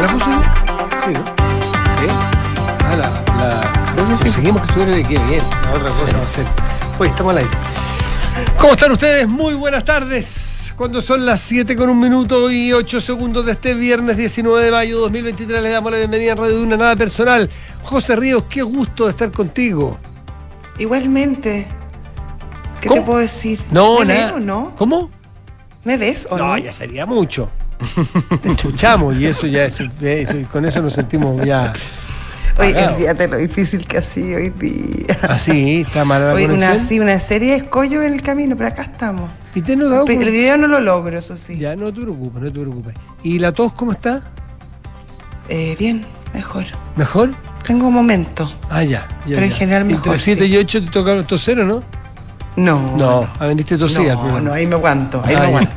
¿Ya la puso ya? Sí, ¿no? Sí. Creo que seguimos que estuviera de qué bien. La otra cosa va a ser. Hoy estamos al aire. ¿Cómo están ustedes? Muy buenas tardes. Cuando son las 7:08 de este viernes 19 de mayo de 2023, les damos la bienvenida a Radio Duna, nada personal. José Ríos, qué gusto de estar contigo. Igualmente. ¿Qué ¿Cómo? te puedo decir? No, ¿Me nada. ves o no? ¿Cómo? ¿Me ves o no? No, ya sería mucho. Te escuchamos y eso ya es, con eso nos sentimos ya. Oye, pagados. olvídate lo difícil que ha sido hoy día. Así, está mala la Oye, conexión. una serie de escollos en el camino, pero acá estamos. ¿Y te has notado? El video no lo logro, eso sí. Ya, no te preocupes. ¿Y la tos cómo está? Bien, mejor. ¿Mejor? Tengo un momento. Ah, ya. Pero en general mejor, Entre 7 sí. y 8 te tocaron toser, ¿o no? No. No, viniste tosida. No, ahí me aguanto, ya. aguanto.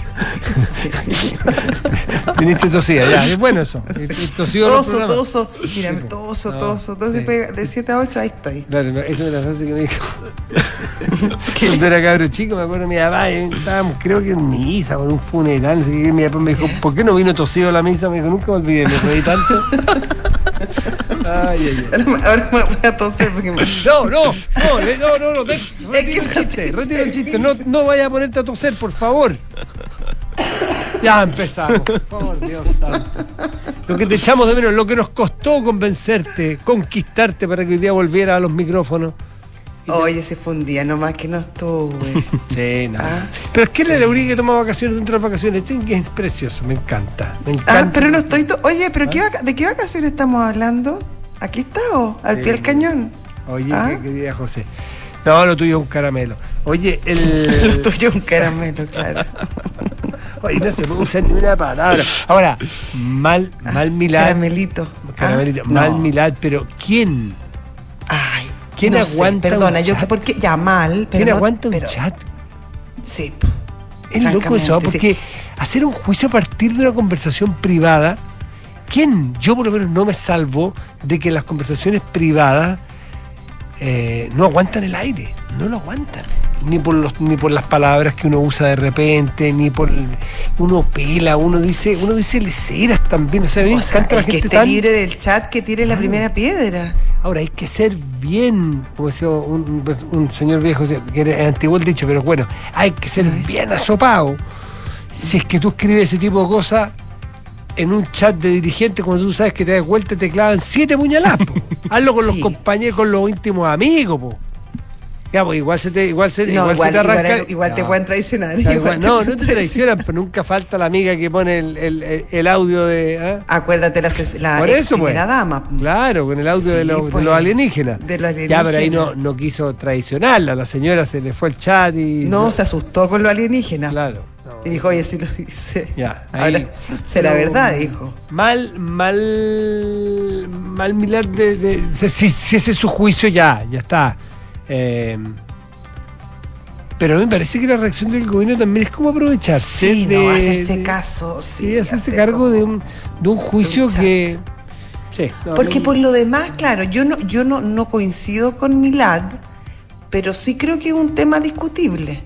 Viniste tosida, ya, es bueno eso. Toso. Mira, toso. Entonces de 7 a 8 ahí estoy. Claro, esa es la frase que me dijo. Cuando era cabro chico, me acuerdo, mi papá, estábamos, creo que en misa o en un funeral, no sé qué, mi papá me dijo, ¿por qué no vino tosido a la misa? Me dijo, nunca me olvidé, me reí tanto. Ay. Ahora me voy a toser porque me... No, retira el chiste, no vaya a ponerte a toser, por favor. Ya empezamos, por Dios santo. Lo que te echamos de menos, lo que nos costó convencerte, conquistarte para que hoy día volviera a los micrófonos. Oye, ese fue un día nomás que no estuve. Sí, no. Ah, pero es que sí. era la única que toma vacaciones dentro de las vacaciones. Es precioso, me encanta. Pero no estoy... Oye, pero ¿de qué vacaciones estamos hablando? ¿Aquí está o al pie del cañón? Oye, qué querida José. No, lo tuyo es un caramelo. Oye, Lo tuyo es un caramelo, claro. Oye, no se puede usar ni una palabra. Ahora, mal Milad. Caramelito. Mal Milad, pero ¿quién? Ay, ¿Quién aguanta perdona, un chat? porque ya mal, pero ¿Quién no, aguanta un pero, chat? Sí. Es loco eso, porque hacer un juicio a partir de una conversación privada, ¿quién? Yo por lo menos no me salvo de que las conversaciones privadas no aguantan el aire, no lo aguantan. Ni por las palabras que uno usa de repente, ni por uno pela, uno dice leceras también. O sea, a mí me encanta la que gente esté libre del chat, que tire la primera piedra. Ahora, hay que ser bien, como decía un señor viejo, que era antiguo el dicho, pero bueno, hay que ser bien asopado. Si es que tú escribes ese tipo de cosas en un chat de dirigentes, cuando tú sabes que te das vuelta y te clavan 7 puñaladas, po. Hazlo con los compañeros, con los íntimos amigos, po. Ya, pues igual se te arranca. Igual te pueden traicionar. No te traicionan, pero nunca falta la amiga que pone el audio de. Acuérdate la ex primera dama. Claro, con el audio de los alienígenas. De los alienígenas. Ya, pero ahí no quiso traicionarla. La señora se le fue el chat y. No, se asustó con los alienígenas. Claro. Y dijo, oye, si lo hice. Ya, ahora será verdad, dijo. Mal Milad si ese es su juicio, ya está. Pero a mí me parece que la reacción del gobierno también es como aprovecharse hacerse caso. Sí, hacerse cargo de un juicio que... Sí, porque por lo demás, claro, yo no coincido con Milad, pero sí creo que es un tema discutible.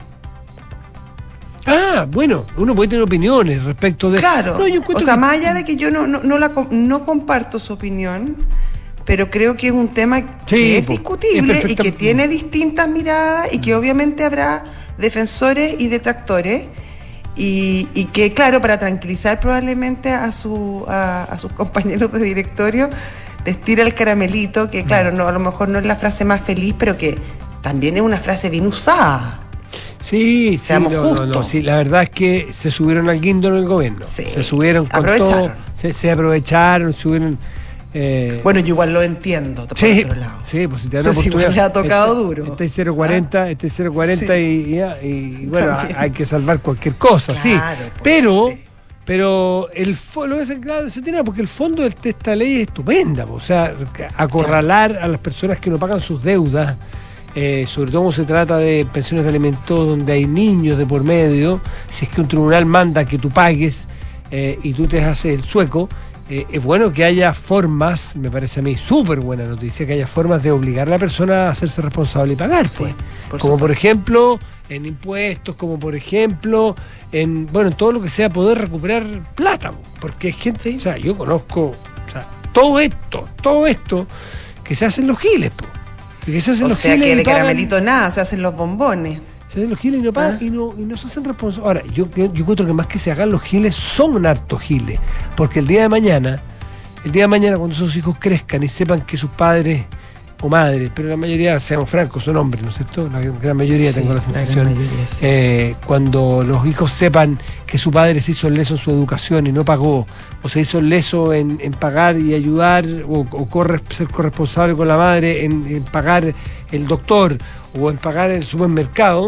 Bueno, uno puede tener opiniones respecto de... Claro, más allá de que yo no comparto su opinión, pero creo que es un tema que es discutible y que tiene distintas miradas y que obviamente habrá defensores y detractores y que, claro, para tranquilizar probablemente a sus compañeros de directorio, les tira el caramelito, que claro, a lo mejor no es la frase más feliz, pero que también es una frase bien usada. Sí, seamos justos. Sí, la verdad es que se subieron al guindo en el gobierno. Sí. Se subieron con todo, se aprovecharon, subieron... Bueno, yo igual lo entiendo, por otro lado. Sí, pues si te dan oportunidad. Le ha tocado duro. Este es 0.40, y bueno, hay que salvar cualquier cosa, claro, sí. Pero lo que es claro, se tiene, porque el fondo de esta ley es estupenda, o sea, acorralar a las personas que no pagan sus deudas, sobre todo cuando se trata de pensiones de alimentos donde hay niños de por medio, si es que un tribunal manda que tú pagues y tú te haces el sueco. Es bueno que haya formas, me parece a mí súper buena noticia, que haya formas de obligar a la persona a hacerse responsable y pagar, pues. Como por ejemplo, en impuestos, como por ejemplo, en todo lo que sea poder recuperar plata, porque es gente, o sea, yo conozco, o sea, todo esto que se hacen los giles, que se hacen o los sea giles que de pagan, caramelito nada, se hacen los bombones. se hacen los giles y no pagan, y no se hacen responsables. Ahora, yo encuentro que más que se hagan los giles, son hartos giles, porque el día de mañana cuando esos hijos crezcan y sepan que sus padres o madres, pero la mayoría, seamos francos, son hombres, ¿no es cierto? La gran mayoría, tengo la sensación. Mayoría, sí. Cuando los hijos sepan que su padre se hizo leso en su educación y no pagó, o se hizo leso en pagar y ayudar, o ser corresponsable con la madre en pagar el doctor o en pagar el supermercado,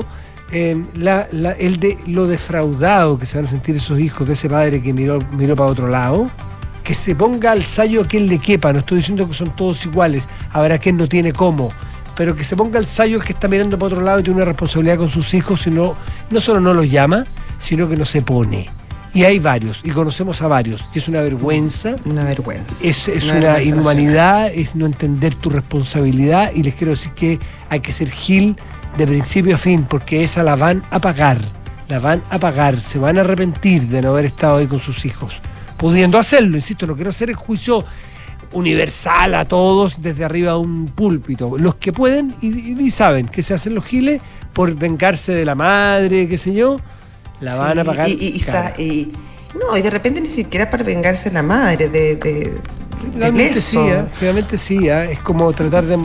lo defraudado que se van a sentir esos hijos de ese padre que miró para otro lado, que se ponga al sayo a quien le quepa. No estoy diciendo que son todos iguales, habrá quien no tiene cómo, pero que se ponga al sayo el que está mirando para otro lado y tiene una responsabilidad con sus hijos, y no solo no los llama, sino que no se pone. Y hay varios, y conocemos a varios, y es una vergüenza. Una vergüenza. Es una inhumanidad, es no entender tu responsabilidad, y les quiero decir que hay que ser gil de principio a fin, porque esa la van a pagar, se van a arrepentir de no haber estado ahí con sus hijos, pudiendo hacerlo. Insisto, no quiero hacer el juicio universal a todos desde arriba de un púlpito. Los que pueden y saben que se hacen los giles por vengarse de la madre, qué sé yo, la van a pagar. Y de repente ni siquiera para vengarse de la madre, de Finalmente sí, es como tratar de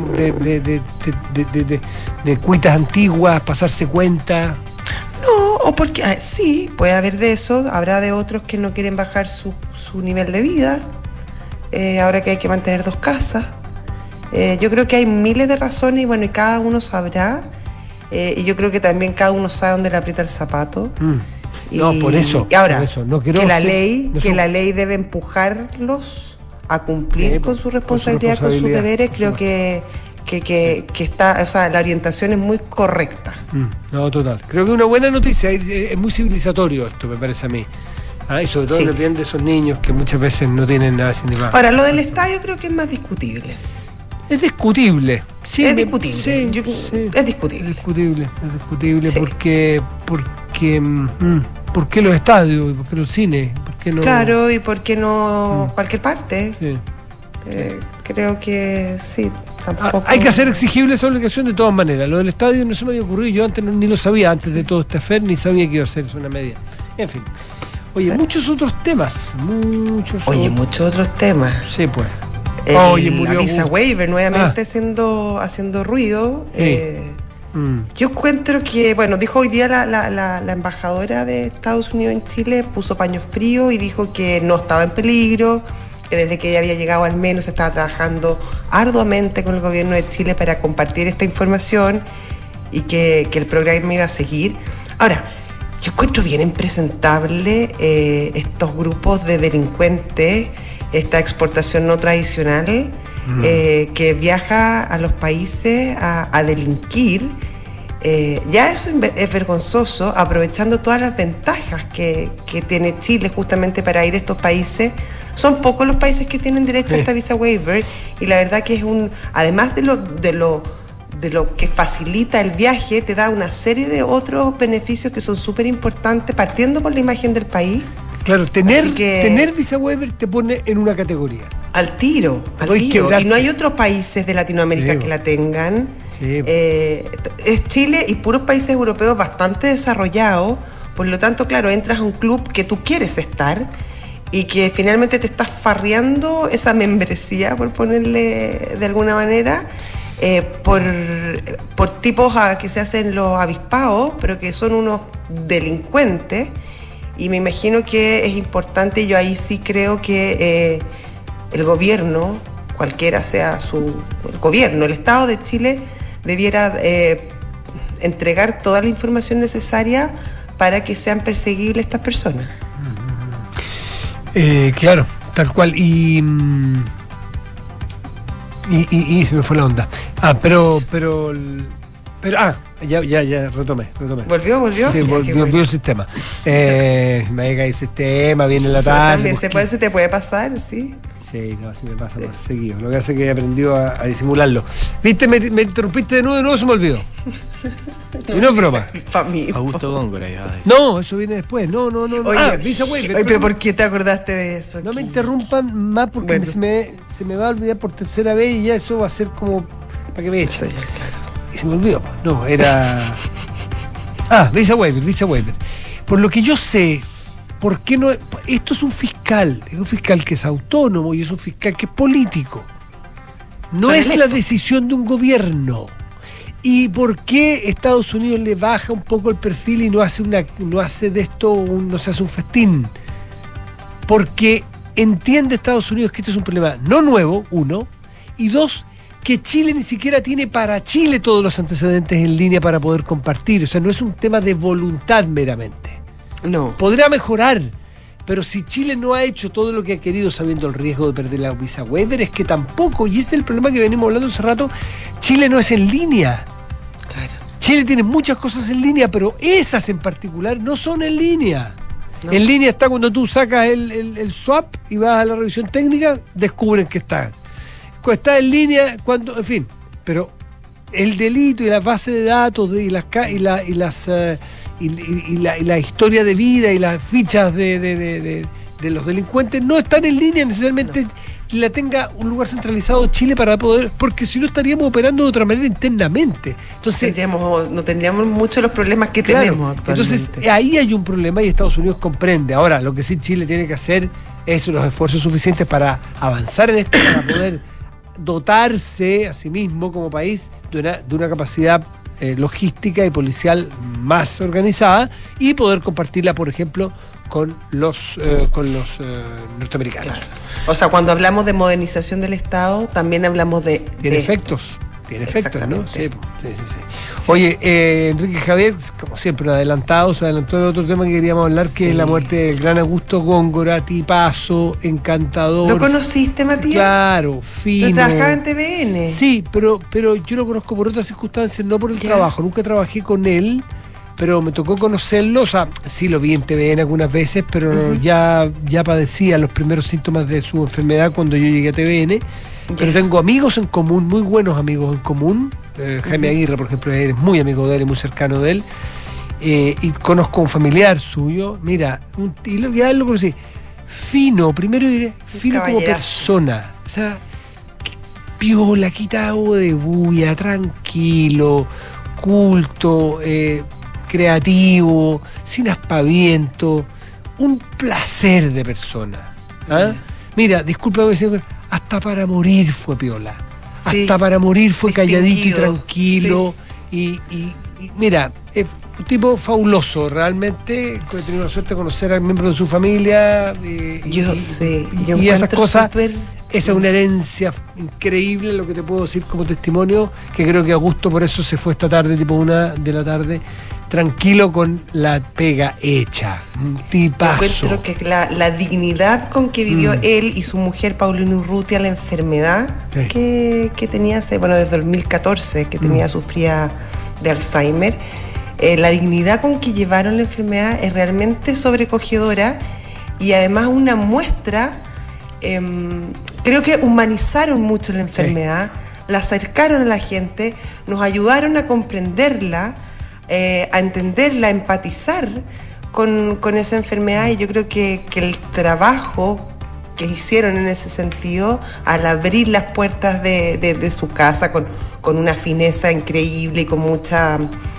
cuitas antiguas, pasarse cuenta. No, o porque sí, puede haber de eso, habrá de otros que no quieren bajar su nivel de vida, ahora que hay que mantener 2 casas. Yo creo que hay miles de razones, y cada uno sabrá, y yo creo que también cada uno sabe dónde le aprieta el zapato. Por eso. Y ahora, no que la ley debe empujarlos a cumplir con su responsabilidad, con sus deberes, creo que está, o sea, la orientación es muy correcta. Total. Creo que es una buena noticia, es muy civilizatorio esto, me parece a mí. Y sobre todo depende de esos niños que muchas veces no tienen nada sin nada. Ahora, lo del estadio creo que es más discutible. Es discutible. Sí, es discutible. Es discutible. Sí. ¿Por qué los estadios? ¿Y por qué los cines? ¿Por qué no? Claro, y por qué no cualquier parte. Sí. Creo que sí. Tampoco. Hay que hacer exigible esa obligación de todas maneras. Lo del estadio no se me había ocurrido, yo antes ni lo sabía, antes de todo este afer, ni sabía que iba a ser una media. En fin. Oye, muchos otros temas. Muchos otros temas. Sí, pues. La visa waiver nuevamente haciendo ruido. Yo encuentro que, dijo hoy día la embajadora de Estados Unidos en Chile, puso paño frío y dijo que no estaba en peligro, que desde que ella había llegado al menos estaba trabajando arduamente con el gobierno de Chile para compartir esta información y que el programa iba a seguir. Ahora, yo encuentro bien impresentable estos grupos de delincuentes, esta exportación no tradicional que viaja a los países a delinquir. Ya eso es vergonzoso, aprovechando todas las ventajas que tiene Chile justamente para ir a estos países. Son pocos los países que tienen derecho a esta visa waiver, y la verdad que es además de lo que facilita el viaje, te da una serie de otros beneficios que son súper importantes, partiendo por la imagen del país. Claro, tener visa waiver te pone en una categoría. Al tiro. Y no hay otros países de Latinoamérica que la tengan. Sí. Es Chile y puros países europeos bastante desarrollados. Por lo tanto, claro, entras a un club que tú quieres estar y que finalmente te estás farreando esa membresía, por ponerle de alguna manera, por tipos que se hacen los avispados, pero que son unos delincuentes. Y me imagino que es importante, yo ahí sí creo que el gobierno, cualquiera sea el gobierno, el Estado de Chile, debiera entregar toda la información necesaria para que sean perseguibles estas personas. Claro, tal cual. Y se me fue la onda. Ya retomé. ¿Volvió? Sí, volvió el sistema. Me llega el sistema, viene la tarde. También se te puede pasar, sí. Sí, no, así me pasa más seguido. Lo que hace es que he aprendido a disimularlo. ¿Viste? Me interrumpiste de nuevo, se me olvidó. Y no es broma. Augusto Góngora. No, eso viene después. No. Oye, Visa Waiver. Oye, pero ¿por qué te acordaste de eso? No me interrumpan más porque se me va a olvidar por tercera vez y ya eso va a ser como para que me echen. Claro. Y se me olvidó. No, era... Visa Waiver. Por lo que yo sé... ¿Por qué no? Esto es un fiscal que es autónomo y es un fiscal que es político. No es la decisión de un gobierno. ¿Y por qué Estados Unidos le baja un poco el perfil y no hace de esto no se hace un festín? Porque entiende Estados Unidos que este es un problema no nuevo, uno, y dos, que Chile ni siquiera tiene para Chile todos los antecedentes en línea para poder compartir. O sea, no es un tema de voluntad meramente. No. Podrá mejorar, pero si Chile no ha hecho todo lo que ha querido sabiendo el riesgo de perder la Visa Waiver, es que tampoco, y este es el problema que venimos hablando hace rato, Chile no es en línea. Claro. Chile tiene muchas cosas en línea, pero esas en particular no son en línea. No. En línea está cuando tú sacas el swap y vas a la revisión técnica, descubren que está. Está en línea cuando, en fin, pero el delito y la base de datos y la historia de vida y las fichas de los delincuentes no están en línea necesariamente. La tenga un lugar centralizado Chile para poder, porque si no estaríamos operando de otra manera internamente. Entonces no tendríamos muchos los problemas que tenemos actualmente. Entonces ahí hay un problema y Estados Unidos comprende. Ahora, lo que sí Chile tiene que hacer es los esfuerzos suficientes para avanzar en esto, para poder dotarse a sí mismo como país de una capacidad logística y policial más organizada y poder compartirla, por ejemplo, con los norteamericanos. Claro. O sea, cuando hablamos de modernización del Estado, también hablamos de... Tiene efectos, ¿no? Sí. Oye, Enrique Javier, como siempre, se adelantó de otro tema que queríamos hablar, que es la muerte del gran Augusto Góngora, tipazo, encantador. ¿Lo conociste, Matías? Claro, fino. ¿Lo trabajaba en TVN? Sí, pero yo lo conozco por otras circunstancias, no por el trabajo. Nunca trabajé con él, pero me tocó conocerlo. O sea, sí lo vi en TVN algunas veces, pero ya padecía los primeros síntomas de su enfermedad cuando yo llegué a TVN. Pero tengo amigos en común, muy buenos amigos en común. Jaime Aguirre, por ejemplo, eres muy amigo de él y muy cercano de él. Y conozco a un familiar suyo. Mira, ya lo conocí. Fino, primero diré, fino como persona. O sea, piola, quitado de bulla, tranquilo, culto, creativo, sin aspaviento. Un placer de persona. Mira, discúlpame, hasta para morir fue piola. Sí, hasta para morir fue calladito y tranquilo. Sí. Y mira, es un tipo fabuloso, realmente. He tenido la suerte de conocer a miembros de su familia. Y esas cosas. Esa es una herencia increíble, lo que te puedo decir como testimonio, que creo que Augusto por eso se fue esta tarde, tipo 1 de la tarde, tranquilo con la pega hecha. Un tipazo. Encuentro que la dignidad con que vivió él y su mujer Paulina Urrutia la enfermedad que tenía desde 2014, que sufría de Alzheimer, la dignidad con que llevaron la enfermedad es realmente sobrecogedora y además una muestra, creo que humanizaron mucho la enfermedad, la acercaron a la gente, nos ayudaron a comprenderla, a entenderla, a empatizar con esa enfermedad, y yo creo que el trabajo que hicieron en ese sentido al abrir las puertas de su casa con una fineza increíble y con mucha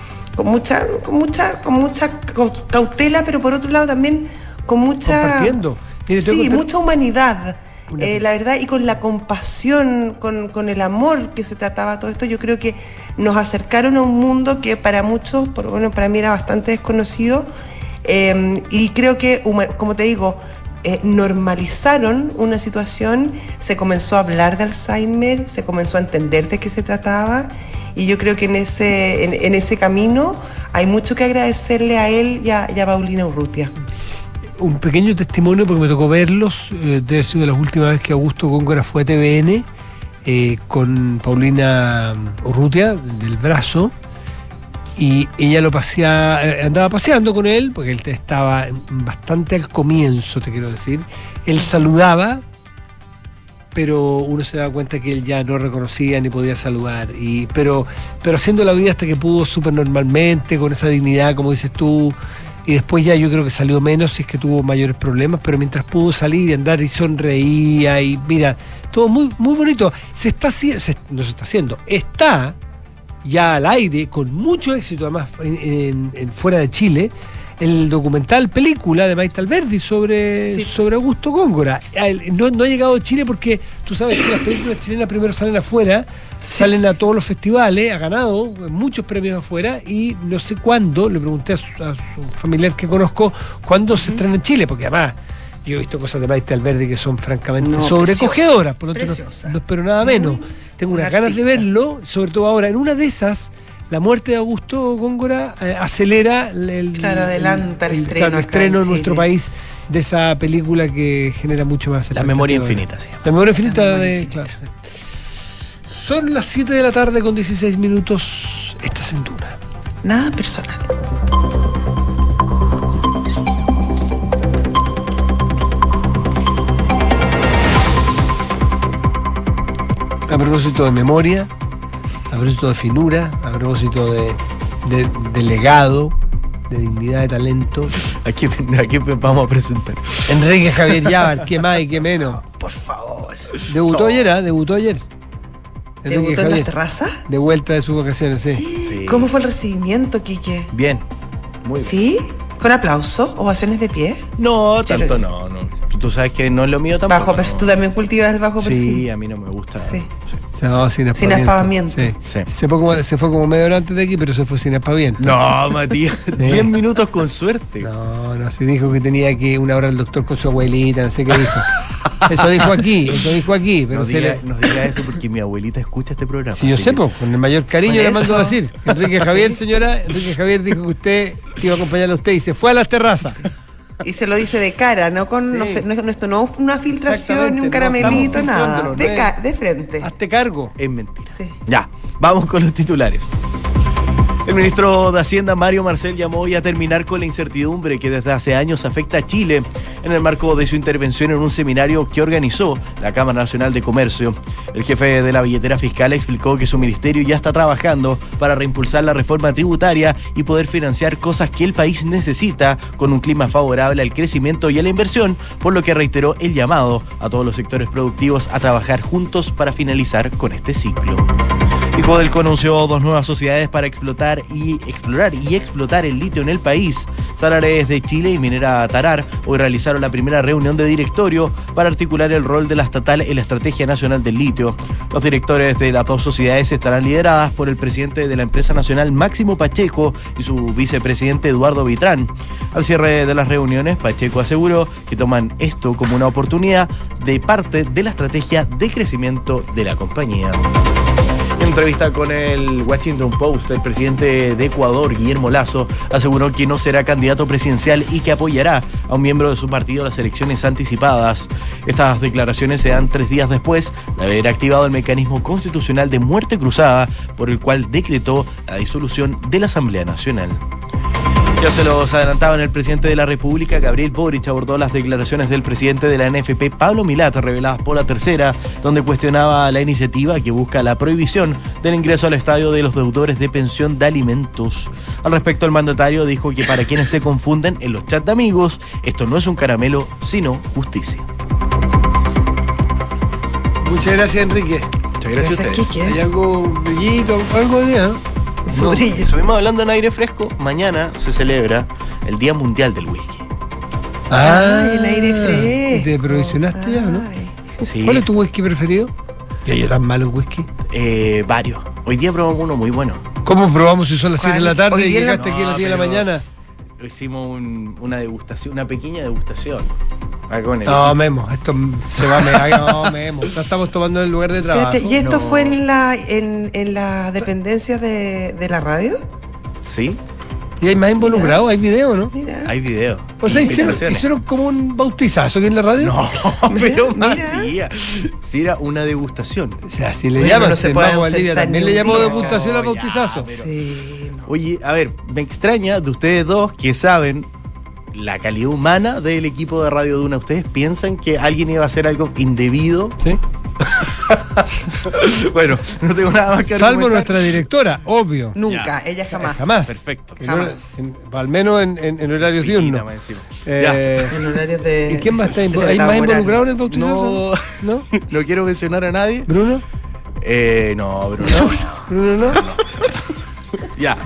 cautela, pero por otro lado también con mucha... Compartiendo. Mucha humanidad. La verdad, y con la compasión, con el amor que se trataba todo esto, yo creo que nos acercaron a un mundo que para muchos, para mí era bastante desconocido, y creo que, como te digo, normalizaron una situación, se comenzó a hablar de Alzheimer, se comenzó a entender de qué se trataba, y yo creo que en ese camino hay mucho que agradecerle a él y a Paulina Urrutia. Un pequeño testimonio, porque me tocó verlos, debe ser de las últimas veces que Augusto Góngora fue a TVN con Paulina Urrutia del brazo, y ella andaba paseando con él, porque él estaba bastante al comienzo, te quiero decir. Él saludaba pero uno se da cuenta que él ya no reconocía ni podía saludar, pero haciendo la vida hasta que pudo súper normalmente, con esa dignidad, como dices tú, y después ya yo creo que salió menos si es que tuvo mayores problemas, pero mientras pudo salir y andar y sonreía, y mira, todo muy, muy bonito. Está ya al aire, con mucho éxito además en fuera de Chile, el documental película de Maite Alberdi sobre Augusto Góngora. No ha llegado a Chile porque tú sabes que las películas chilenas primero salen afuera, salen a todos los festivales, ha ganado muchos premios afuera, y no sé cuándo, le pregunté a su familiar que conozco, cuándo se estrena en Chile, porque además yo he visto cosas de Maite Alberdi que son francamente sobrecogedoras, por lo tanto no espero nada menos. Tengo unas ganas de verlo, sobre todo ahora, en una de esas. La muerte de Augusto Góngora acelera adelanta el estreno en nuestro país de esa película que genera mucho más. La memoria infinita, sí. La memoria infinita Claro. Son las 7 de la tarde con 16 minutos. Estás en Duna. Nada personal. A propósito de memoria, a propósito de finura, a propósito de legado, de dignidad, de talento. Aquí vamos a presentar. Enrique Javier Llávar, qué más y qué menos. Por favor. Debutó ayer. ¿Debutó en la terraza? De vuelta de sus vacaciones, sí. ¿Cómo fue el recibimiento, Quique? Bien, muy bien. ¿Sí? ¿Con aplauso? ¿Ovaciones de pie? No, tanto no. Tú sabes que no es lo mío tampoco. ¿Tú también cultivas el bajo perfil? Sí, a mí no me gusta. Sí. No, sin aspaviento. Sí. Se fue como media hora antes de aquí, pero se fue sin aspaviento. No, Matías, 10 minutos con suerte. No, se dijo que tenía que una hora al doctor con su abuelita, no sé qué dijo. Eso dijo aquí, pero nos diga eso porque mi abuelita escucha este programa. Sí, yo sé, con el mayor cariño le mando a decir. Enrique Javier, señora, Enrique Javier dijo que usted iba a acompañarle a usted y se fue a las terrazas. Y se lo dice de cara, no con esto no una filtración ni un caramelito, nada. De frente. Hazte cargo. Es mentira. Sí. Ya, vamos con los titulares. El ministro de Hacienda, Mario Marcel, llamó hoy a terminar con la incertidumbre que desde hace años afecta a Chile en el marco de su intervención en un seminario que organizó la Cámara Nacional de Comercio. El jefe de la billetera fiscal explicó que su ministerio ya está trabajando para reimpulsar la reforma tributaria y poder financiar cosas que el país necesita con un clima favorable al crecimiento y a la inversión, por lo que reiteró el llamado a todos los sectores productivos a trabajar juntos para finalizar con este ciclo. Y Codelco anunció 2 nuevas sociedades para explorar y explotar el litio en el país. Salares de Chile y Minera Tarar hoy realizaron la primera reunión de directorio para articular el rol de la estatal en la Estrategia Nacional del Litio. Los directores de las 2 sociedades estarán lideradas por el presidente de la empresa nacional, Máximo Pacheco, y su vicepresidente, Eduardo Vitrán. Al cierre de las reuniones, Pacheco aseguró que toman esto como una oportunidad de parte de la estrategia de crecimiento de la compañía. En entrevista con el Washington Post, el presidente de Ecuador, Guillermo Lasso, aseguró que no será candidato presidencial y que apoyará a un miembro de su partido en las elecciones anticipadas. Estas declaraciones se dan 3 días después de haber activado el mecanismo constitucional de muerte cruzada, por el cual decretó la disolución de la Asamblea Nacional. Ya se los adelantaban, el presidente de la República, Gabriel Boric, abordó las declaraciones del presidente de la NFP, Pablo Milat, reveladas por La Tercera, donde cuestionaba la iniciativa que busca la prohibición del ingreso al estadio de los deudores de pensión de alimentos. Al respecto, el mandatario dijo que para quienes se confunden en los chats de amigos, esto no es un caramelo, sino justicia. Muchas gracias, Enrique. Muchas gracias a ustedes. ¿Hay algo brillito, algo de día? No, estuvimos hablando en aire fresco. Mañana se celebra el Día Mundial del Whisky. El aire fresco. ¿Te provisionaste ya, no? Sí. ¿Cuál es tu whisky preferido? ¿Y yo tan malo en whisky? Varios. Hoy día probamos uno muy bueno. ¿Cómo probamos si son las 7 de la tarde y llegaste aquí a las 10 de la mañana? Hicimos una degustación, una pequeña degustación. No, Memo, esto se va a mear. No, Memo, ya estamos tomando en el lugar de trabajo. ¿Y esto fue en la dependencia de la radio? Sí. Y hay más involucrados, hay video, ¿no? Mira. Hay video. O sea, hicieron como un bautizazo aquí en la radio. No, pero Matías, si era una degustación. O sea, si le llaman, también le llamó degustación al bautizazo. Sí. No. Oye, a ver, me extraña de ustedes dos que saben la calidad humana del equipo de Radio Duna. ¿Ustedes piensan que alguien iba a hacer algo indebido? Sí. Bueno, no tengo nada más que Salvo argumentar. nuestra directora, obvio. Nunca, ella jamás. Jamás. Perfecto. Que Jamás. Al menos en horarios diurnos. Más encima. En horarios de. ¿Y quién más está de ¿Hay más laboral. involucrado en el bautizo? No, no quiero mencionar a nadie. ¿Bruno? No, Bruno. ¿Bruno no? Ya.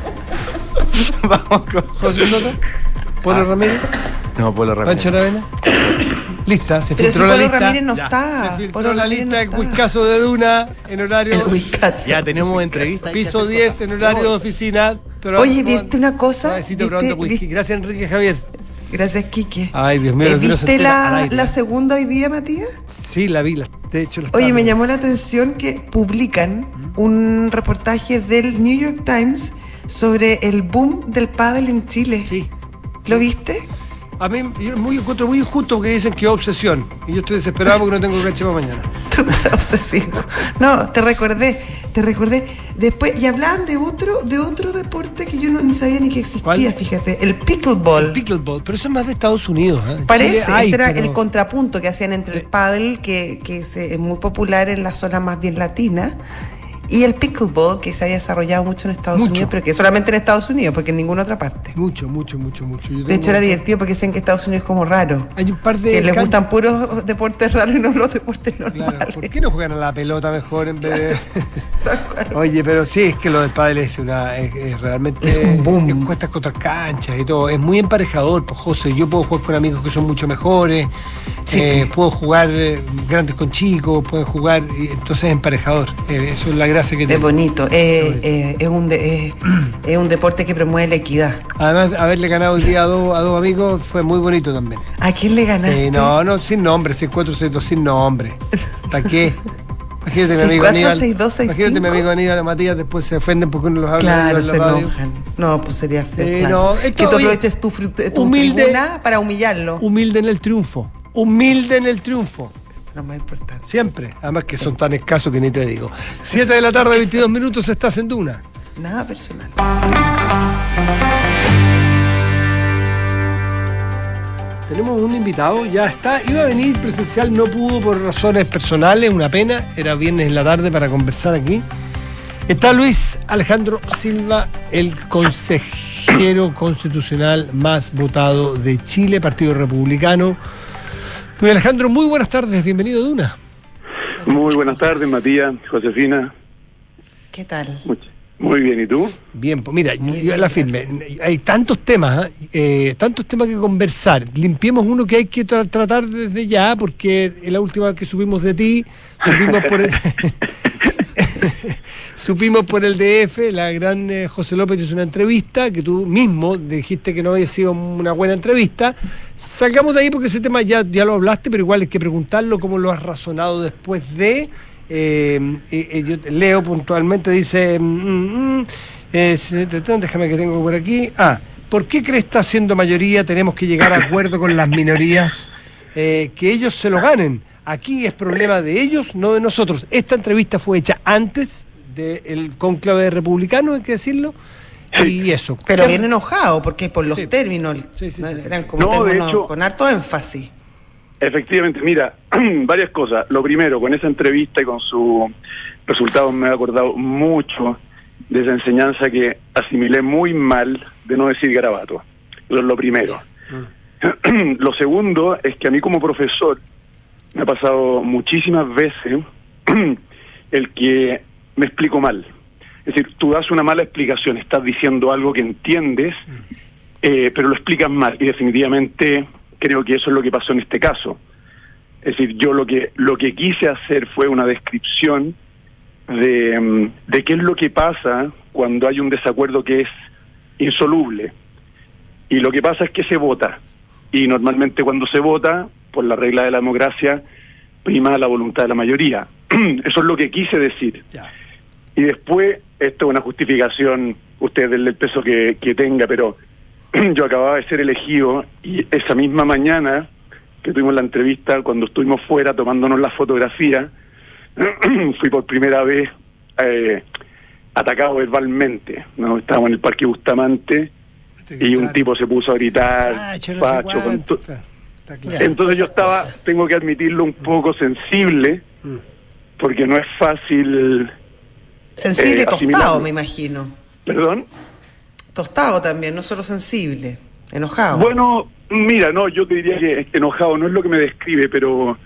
Vamos con ¿José Soto? ¿Polo Ramírez? No, Polo Ramírez. ¿Pancho Aravena? Lista, se Pero si filtró la Polo lista. Ramírez no Ya. está. Se filtró Polo la Ramírez lista no de está. Cuiscazo de Duna en horario. El Huizcacho. Ya tenemos entrevista. Piso 10 en horario de oficina. Oye, ¿viste una cosa? Suavecito, probando whisky. Gracias, Enrique Javier. Gracias, Quique. Ay, Dios mío. los vieron ¿Viste sentir al aire. la segunda hoy día, Matías? Sí, la vi. De hecho, la Oye, estaba me viendo. llamó la atención que publican un reportaje del New York Times sobre el boom del pádel en Chile. Sí. ¿Lo viste? A mí yo encuentro muy injusto porque dicen que es obsesión. Y yo estoy desesperado porque no tengo cancha para mañana. Obsesivo. No, te recordé. Después, y hablaban de otro deporte que yo ni sabía ni que existía, ¿Cuál? fíjate, el pickleball. Pickleball, pero eso es más de Estados Unidos. ¿Eh? En Parece, Chile hay, ese era pero- el contrapunto que hacían entre el pádel, que es muy popular en la zona más bien latina, y el pickleball, que se había desarrollado mucho en Estados Mucho. Unidos, pero que solamente en Estados Unidos, porque en ninguna otra parte. Mucho. Yo De hecho, era tengo- divertido porque dicen que Estados Unidos es como raro. Hay un par de. Que les can- gustan puros deportes raros y no los deportes normales. Claro, ¿por qué no juegan a la pelota mejor en vez de.? Oye, pero sí, es que lo del pádel es realmente. Es un boom. Encuestas contra canchas y todo. Es muy emparejador, pues, José. Yo puedo jugar con amigos que son mucho mejores. Sí. Puedo jugar grandes con chicos, pueden jugar. Entonces es emparejador. Eso es la gracia que Es tiene. bonito. Es un deporte que promueve la equidad. Además, haberle ganado el día a dos amigos fue muy bonito también. ¿A quién le ganaste? Sí, no, sin nombre, 6-4-6-2, sin nombre. ¿Para qué? Imagínate mi amigo 6-4, Aníbal. 6-2, 6-5. Imagínate mi amigo Aníbal, Matías, después se ofenden porque uno los habla Claro, en la se radio. enojan. No, pues sería feo. Sí, claro. no, esto, que tú oye, aproveches tu humilde- tribuna para humillarlo. Humilde en el triunfo. Humilde en el triunfo. Eso es lo más importante. Siempre. Además que son tan escasos que ni te digo. 7 de la tarde, 22 minutos, estás en Duna. Nada personal. Tenemos un invitado, ya está. Iba a venir presencial, no pudo por razones personales, una pena. Era viernes en la tarde para conversar aquí. Está Luis Alejandro Silva, el consejero constitucional más votado de Chile, Partido Republicano. Luis Alejandro, muy buenas tardes, bienvenido a Duna. Muy buenas tardes, Matías, Josefina. ¿Qué tal? Muy bien, ¿y tú? Bien, pues mira, Muy yo bien, la firme. Hay tantos temas que conversar. Limpiemos uno que hay que tratar desde ya, porque en la última vez que supimos de ti, supimos por el DF, la gran José López hizo una entrevista que tú mismo dijiste que no había sido una buena entrevista. Salgamos de ahí porque ese tema ya lo hablaste, pero igual hay que preguntarlo cómo lo has razonado después de... yo leo puntualmente, dice déjame que tengo por aquí. ¿Por qué crees que está siendo mayoría? Tenemos que llegar a acuerdo con las minorías, que ellos se lo ganen. Aquí es problema de ellos, no de nosotros. Esta entrevista fue hecha antes del cónclave republicano, hay que decirlo, y eso. Pero bien enojado, porque por los Sí. términos Sí. eran como No, de términos hecho- con harto énfasis. Efectivamente, mira, varias cosas. Lo primero, con esa entrevista y con sus resultados me he acordado mucho de esa enseñanza que asimilé muy mal de no decir garabato. Eso es lo primero. Lo segundo es que a mí como profesor me ha pasado muchísimas veces el que me explico mal. Es decir, tú das una mala explicación, estás diciendo algo que entiendes, pero lo explicas mal. Y definitivamente creo que eso es lo que pasó en este caso. Es decir, yo lo que quise hacer fue una descripción de qué es lo que pasa cuando hay un desacuerdo que es insoluble. Y lo que pasa es que se vota. Y normalmente cuando se vota, por la regla de la democracia, prima la voluntad de la mayoría. Eso es lo que quise decir. Ya. Y después, esto es una justificación, usted denle el peso que tenga, pero yo acababa de ser elegido y esa misma mañana que tuvimos la entrevista, cuando estuvimos fuera tomándonos la fotografía, fui por primera vez atacado verbalmente, ¿no? Estábamos en el Parque Bustamante y un tipo se puso a gritar, Pacho, con Está claro. entonces yo tengo que admitirlo, un poco sensible, porque no es fácil. Sensible y tostado, me imagino. ¿Perdón? Tostado también, no solo sensible, enojado. Bueno, mira, no, yo te diría que enojado no es lo que me describe, pero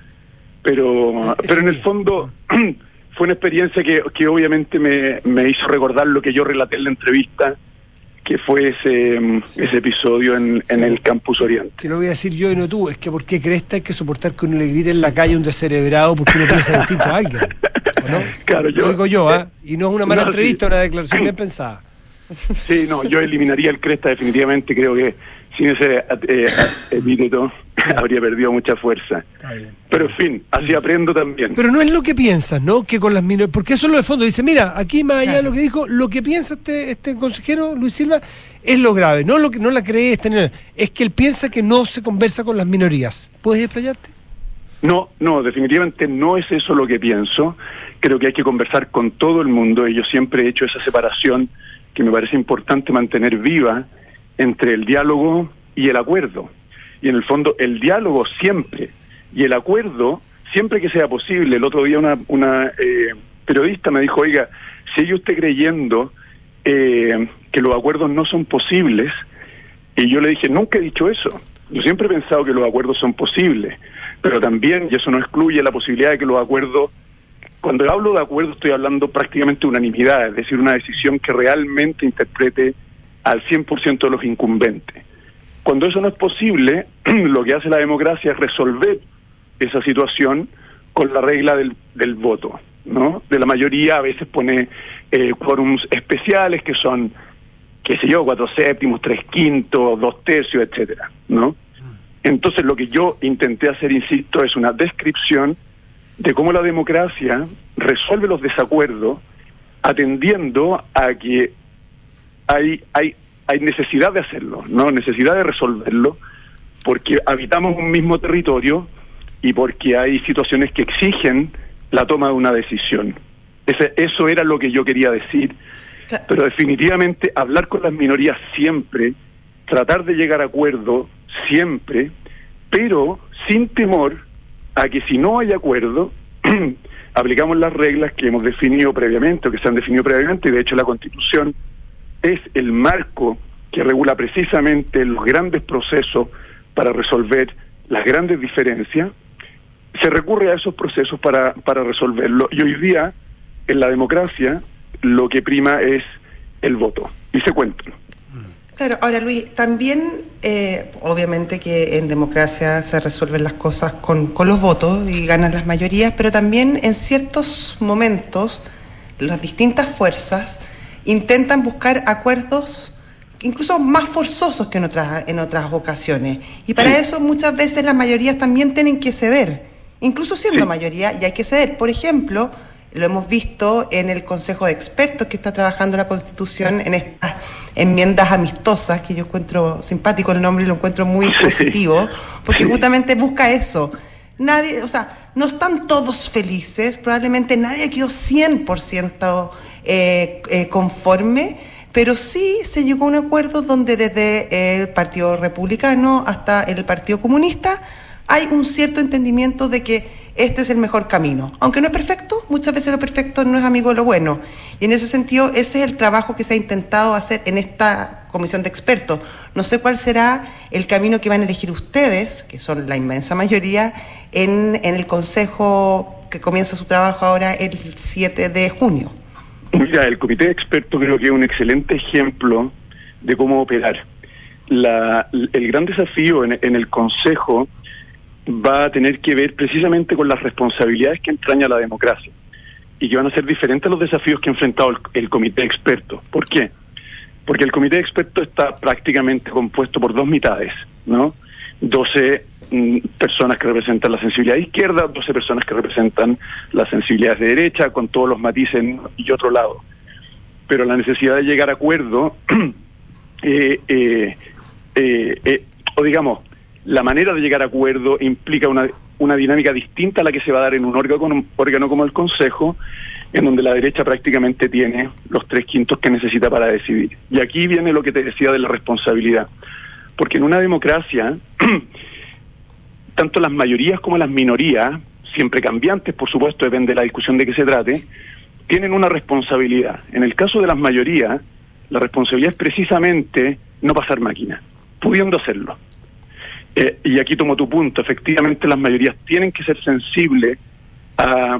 en el fondo fue una experiencia que obviamente me hizo recordar lo que yo relaté en la entrevista, que fue ese episodio en el Campus Oriente. Que lo voy a decir yo y no tú, es que ¿por qué cresta hay que soportar que uno le grite en la calle a un descerebrado porque uno piensa distinto a alguien? ¿No? Claro, lo digo yo, y no es una mala entrevista, sí. Una declaración bien pensada. Sí, no, yo eliminaría el cresta definitivamente, creo que sin ese epíteto habría perdido mucha fuerza. Pero en fin, así aprendo también. Pero no es lo que piensas, ¿no? Que con las minorías, porque eso es lo de fondo, dice, mira, aquí más allá de lo que dijo, lo que piensa este consejero Luis Silva es lo grave, no lo que no la cree es que él piensa que no se conversa con las minorías. ¿Puedes explayarte? No, definitivamente no es eso lo que pienso. Creo que hay que conversar con todo el mundo y yo siempre he hecho esa separación que me parece importante mantener viva entre el diálogo y el acuerdo. Y en el fondo el diálogo siempre y el acuerdo siempre que sea posible. El otro día una periodista me dijo, oiga, ¿sigue usted creyendo que los acuerdos no son posibles? Y yo le dije, nunca he dicho eso. Yo siempre he pensado que los acuerdos son posibles, pero también, y eso no excluye la posibilidad de que los acuerdos, cuando hablo de acuerdo estoy hablando prácticamente de unanimidad, es decir, una decisión que realmente interprete al 100% de los incumbentes. Cuando eso no es posible, lo que hace la democracia es resolver esa situación con la regla del voto, ¿no? De la mayoría a veces pone quórums especiales que son, qué sé yo, 4/7, 3/5, 2/3, etcétera, ¿no? Entonces lo que yo intenté hacer, insisto, es una descripción de cómo la democracia resuelve los desacuerdos atendiendo a que hay necesidad de hacerlo, ¿no? Necesidad de resolverlo, porque habitamos un mismo territorio y porque hay situaciones que exigen la toma de una decisión. Eso era lo que yo quería decir, pero definitivamente hablar con las minorías siempre, tratar de llegar a acuerdo siempre, pero sin temor a que si no hay acuerdo, aplicamos las reglas que hemos definido previamente, o que se han definido previamente, y de hecho la Constitución es el marco que regula precisamente los grandes procesos para resolver las grandes diferencias. Se recurre a esos procesos para resolverlo, y hoy día en la democracia lo que prima es el voto, y se cuentan. Claro, ahora Luis, también obviamente que en democracia se resuelven las cosas con los votos y ganan las mayorías, pero también en ciertos momentos las distintas fuerzas intentan buscar acuerdos incluso más forzosos que en otras ocasiones, y para eso muchas veces las mayorías también tienen que ceder, incluso siendo mayoría, y hay que ceder. Por ejemplo, lo hemos visto en el Consejo de Expertos que está trabajando la Constitución en estas enmiendas amistosas, que yo encuentro simpático el nombre y lo encuentro muy positivo, porque justamente busca eso. Nadie, o sea, no están todos felices, probablemente nadie quedó 100% conforme, pero sí se llegó a un acuerdo donde desde el Partido Republicano hasta el Partido Comunista hay un cierto entendimiento de que este es el mejor camino. Aunque no es perfecto, muchas veces lo perfecto no es amigo de lo bueno. Y en ese sentido, ese es el trabajo que se ha intentado hacer en esta comisión de expertos. No sé cuál será el camino que van a elegir ustedes, que son la inmensa mayoría, en el consejo que comienza su trabajo ahora el 7 de junio. Mira, el comité de expertos creo que es un excelente ejemplo de cómo operar. El gran desafío en el consejo va a tener que ver precisamente con las responsabilidades que entraña la democracia y que van a ser diferentes a los desafíos que ha enfrentado el comité de expertos. ¿Por qué? Porque el comité de expertos está prácticamente compuesto por dos mitades, ¿no? 12 personas que representan la sensibilidad de izquierda, 12 personas que representan las sensibilidades de derecha, con todos los matices y otro lado. Pero la necesidad de llegar a acuerdo, o digamos, la manera de llegar a acuerdo implica una dinámica distinta a la que se va a dar en un órgano como el Consejo, en donde la derecha prácticamente tiene los 3/5 que necesita para decidir. Y aquí viene lo que te decía de la responsabilidad. Porque en una democracia, tanto las mayorías como las minorías siempre cambiantes, por supuesto, depende de la discusión de qué se trate, tienen una responsabilidad. En el caso de las mayorías, la responsabilidad es precisamente no pasar máquina, pudiendo hacerlo. Y aquí tomo tu punto, efectivamente las mayorías tienen que ser sensibles a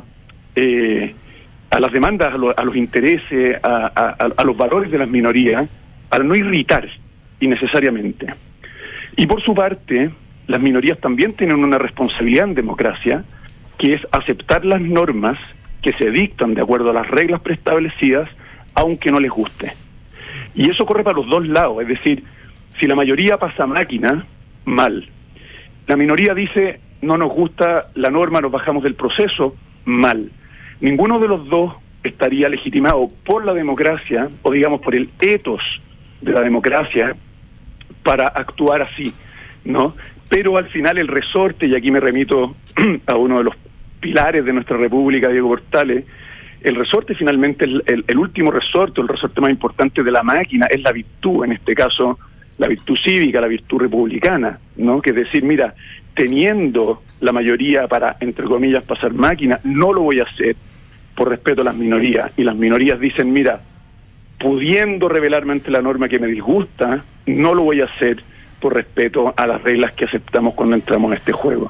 las demandas, a los intereses, a los valores de las minorías, para no irritar innecesariamente. Y por su parte, las minorías también tienen una responsabilidad en democracia, que es aceptar las normas que se dictan de acuerdo a las reglas preestablecidas, aunque no les guste. Y eso corre para los dos lados, es decir, si la mayoría pasa máquina, mal. La minoría dice, no nos gusta la norma, nos bajamos del proceso, mal. Ninguno de los dos estaría legitimado por la democracia, o digamos por el ethos de la democracia, para actuar así, ¿no? Pero al final el resorte, y aquí me remito a uno de los pilares de nuestra república, Diego Portales, el resorte finalmente, el último resorte, el resorte más importante de la máquina, es la virtud, en este caso, la virtud cívica, la virtud republicana, ¿no? Que es decir, mira, teniendo la mayoría para, entre comillas, pasar máquina, no lo voy a hacer por respeto a las minorías. Y las minorías dicen, mira, pudiendo rebelarme ante la norma que me disgusta, no lo voy a hacer por respeto a las reglas que aceptamos cuando entramos en este juego.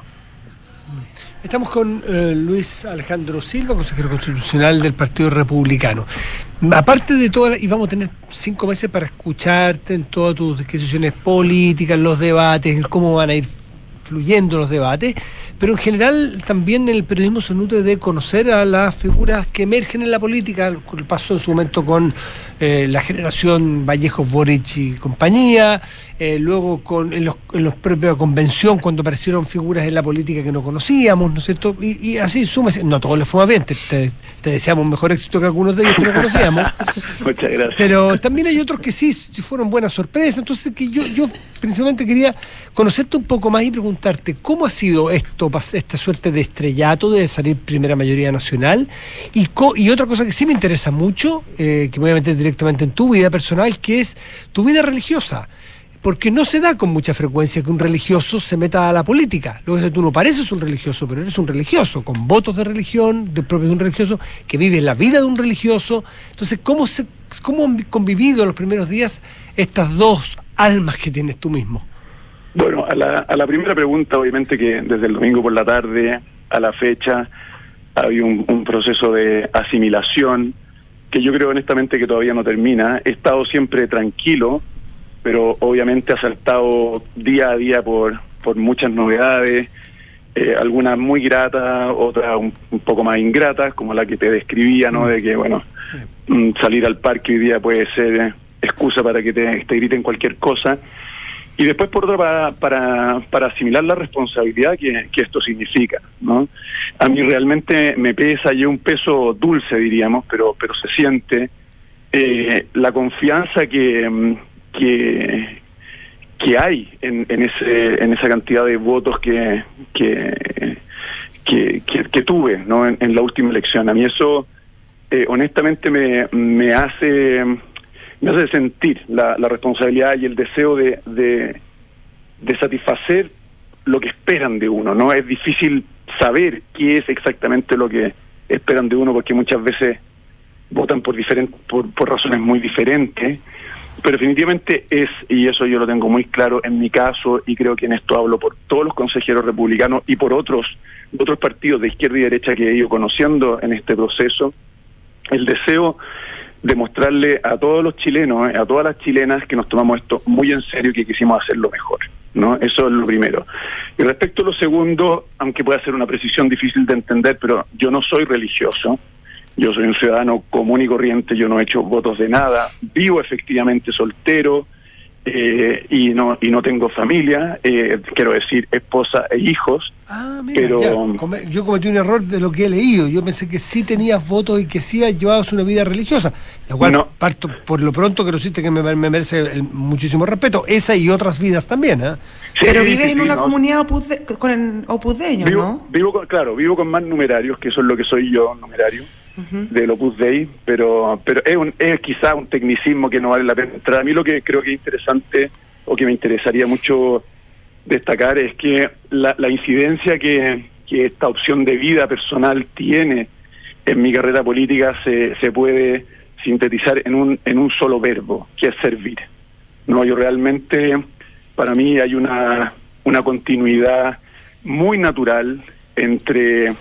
Estamos con Luis Alejandro Silva, consejero constitucional del Partido Republicano. Aparte de todo, y vamos a tener 5 meses para escucharte en todas tus disquisiciones políticas, los debates, en cómo van a ir fluyendo los debates, pero en general también el periodismo se nutre de conocer a las figuras que emergen en la política. Pasó en su momento con la generación Vallejos, Boric y compañía, luego en los propios convención, cuando aparecieron figuras en la política que no conocíamos, ¿no es cierto? Y así súmese, no todos les fue más bien, te deseamos mejor éxito que algunos de ellos que no conocíamos. Muchas gracias. Pero también hay otros que sí fueron buenas sorpresas, entonces que yo principalmente quería conocerte un poco más y preguntarte, ¿cómo ha sido esta suerte de estrellato de salir primera mayoría nacional? Y otra cosa que sí me interesa mucho, que me voy a meter directamente en tu vida personal, que es tu vida religiosa. Porque no se da con mucha frecuencia que un religioso se meta a la política. Luego tú no pareces un religioso, pero eres un religioso, con votos de religión, propios de un religioso, que vive la vida de un religioso. Entonces, ¿cómo han convivido los primeros días estas dos almas que tienes tú mismo? Bueno, a la primera pregunta, obviamente que desde el domingo por la tarde a la fecha había un proceso de asimilación que yo creo honestamente que todavía no termina. He estado siempre tranquilo, pero obviamente asaltado día a día por muchas novedades, algunas muy gratas, otras un poco más ingratas, como la que te describía, ¿no? De que, bueno, salir al parque hoy día puede ser excusa para que te griten cualquier cosa. Y después, por otra, para asimilar la responsabilidad que esto significa, ¿no? A mí realmente me pesa, y un peso dulce, diríamos, pero se siente la confianza que hay en esa cantidad de votos que tuve, ¿no? en la última elección. A mí eso honestamente me hace sentir la responsabilidad y el deseo de satisfacer lo que esperan de uno, ¿no? Es difícil saber qué es exactamente lo que esperan de uno, porque muchas veces votan por razones muy diferentes, pero definitivamente y eso yo lo tengo muy claro en mi caso, y creo que en esto hablo por todos los consejeros republicanos y por otros partidos de izquierda y derecha que he ido conociendo en este proceso, el deseo de mostrarle a todos los chilenos, a todas las chilenas, que nos tomamos esto muy en serio y que quisimos hacerlo mejor, ¿no? Eso es lo primero. Y respecto a lo segundo, aunque pueda ser una precisión difícil de entender, pero yo no soy religioso, yo soy un ciudadano común y corriente, yo no he hecho votos de nada, vivo efectivamente soltero, y no tengo familia, quiero decir esposa e hijos. Mira, pero yo cometí un error de lo que he leído. Yo pensé que sí tenías votos y que sí llevabas una vida religiosa, lo cual parto por lo pronto, que que me merece muchísimo respeto, esa y otras vidas también, ¿eh? Sí, pero vives en una comunidad con opusdeños, ¿no? Vivo con más numerarios, que eso es lo que soy yo, numerario. Del Opus Dei, pero es quizá un tecnicismo que no vale la pena entrar. A mí lo que creo que es interesante, o que me interesaría mucho destacar, es que la incidencia que que esta opción de vida personal tiene en mi carrera política se puede sintetizar en un solo verbo, que es servir. No, yo realmente, para mí hay una continuidad muy natural entre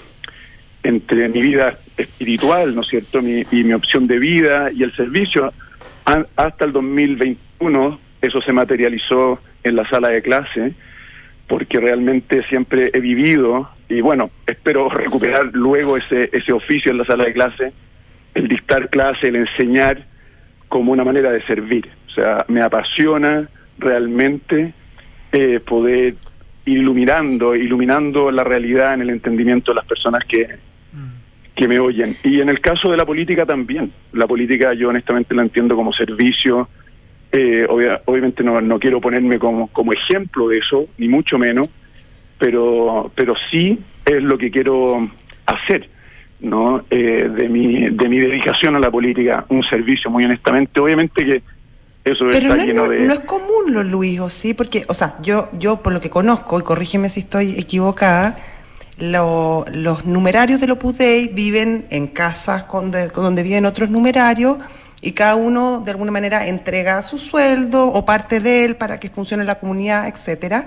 mi vida espiritual, ¿no es cierto?, y mi opción de vida y el servicio. Hasta el 2021 eso se materializó en la sala de clase, porque realmente siempre he vivido, y bueno, espero recuperar luego ese oficio en la sala de clase, el dictar clase, el enseñar como una manera de servir. O sea, me apasiona realmente poder ir iluminando la realidad en el entendimiento de las personas que me oyen. Y en el caso de la política también. La política yo honestamente la entiendo como servicio. Obviamente no quiero ponerme como ejemplo de eso, ni mucho menos, pero sí es lo que quiero hacer, ¿no? De mi dedicación a la política, un servicio, muy honestamente. Obviamente que eso pero está lleno de... no es común, Luis, ¿o sí? Porque, o sea, yo por lo que conozco, y corrígeme si estoy equivocada, los numerarios del Opus Dei viven en casas donde viven otros numerarios, y cada uno de alguna manera entrega su sueldo o parte de él para que funcione la comunidad, etcétera.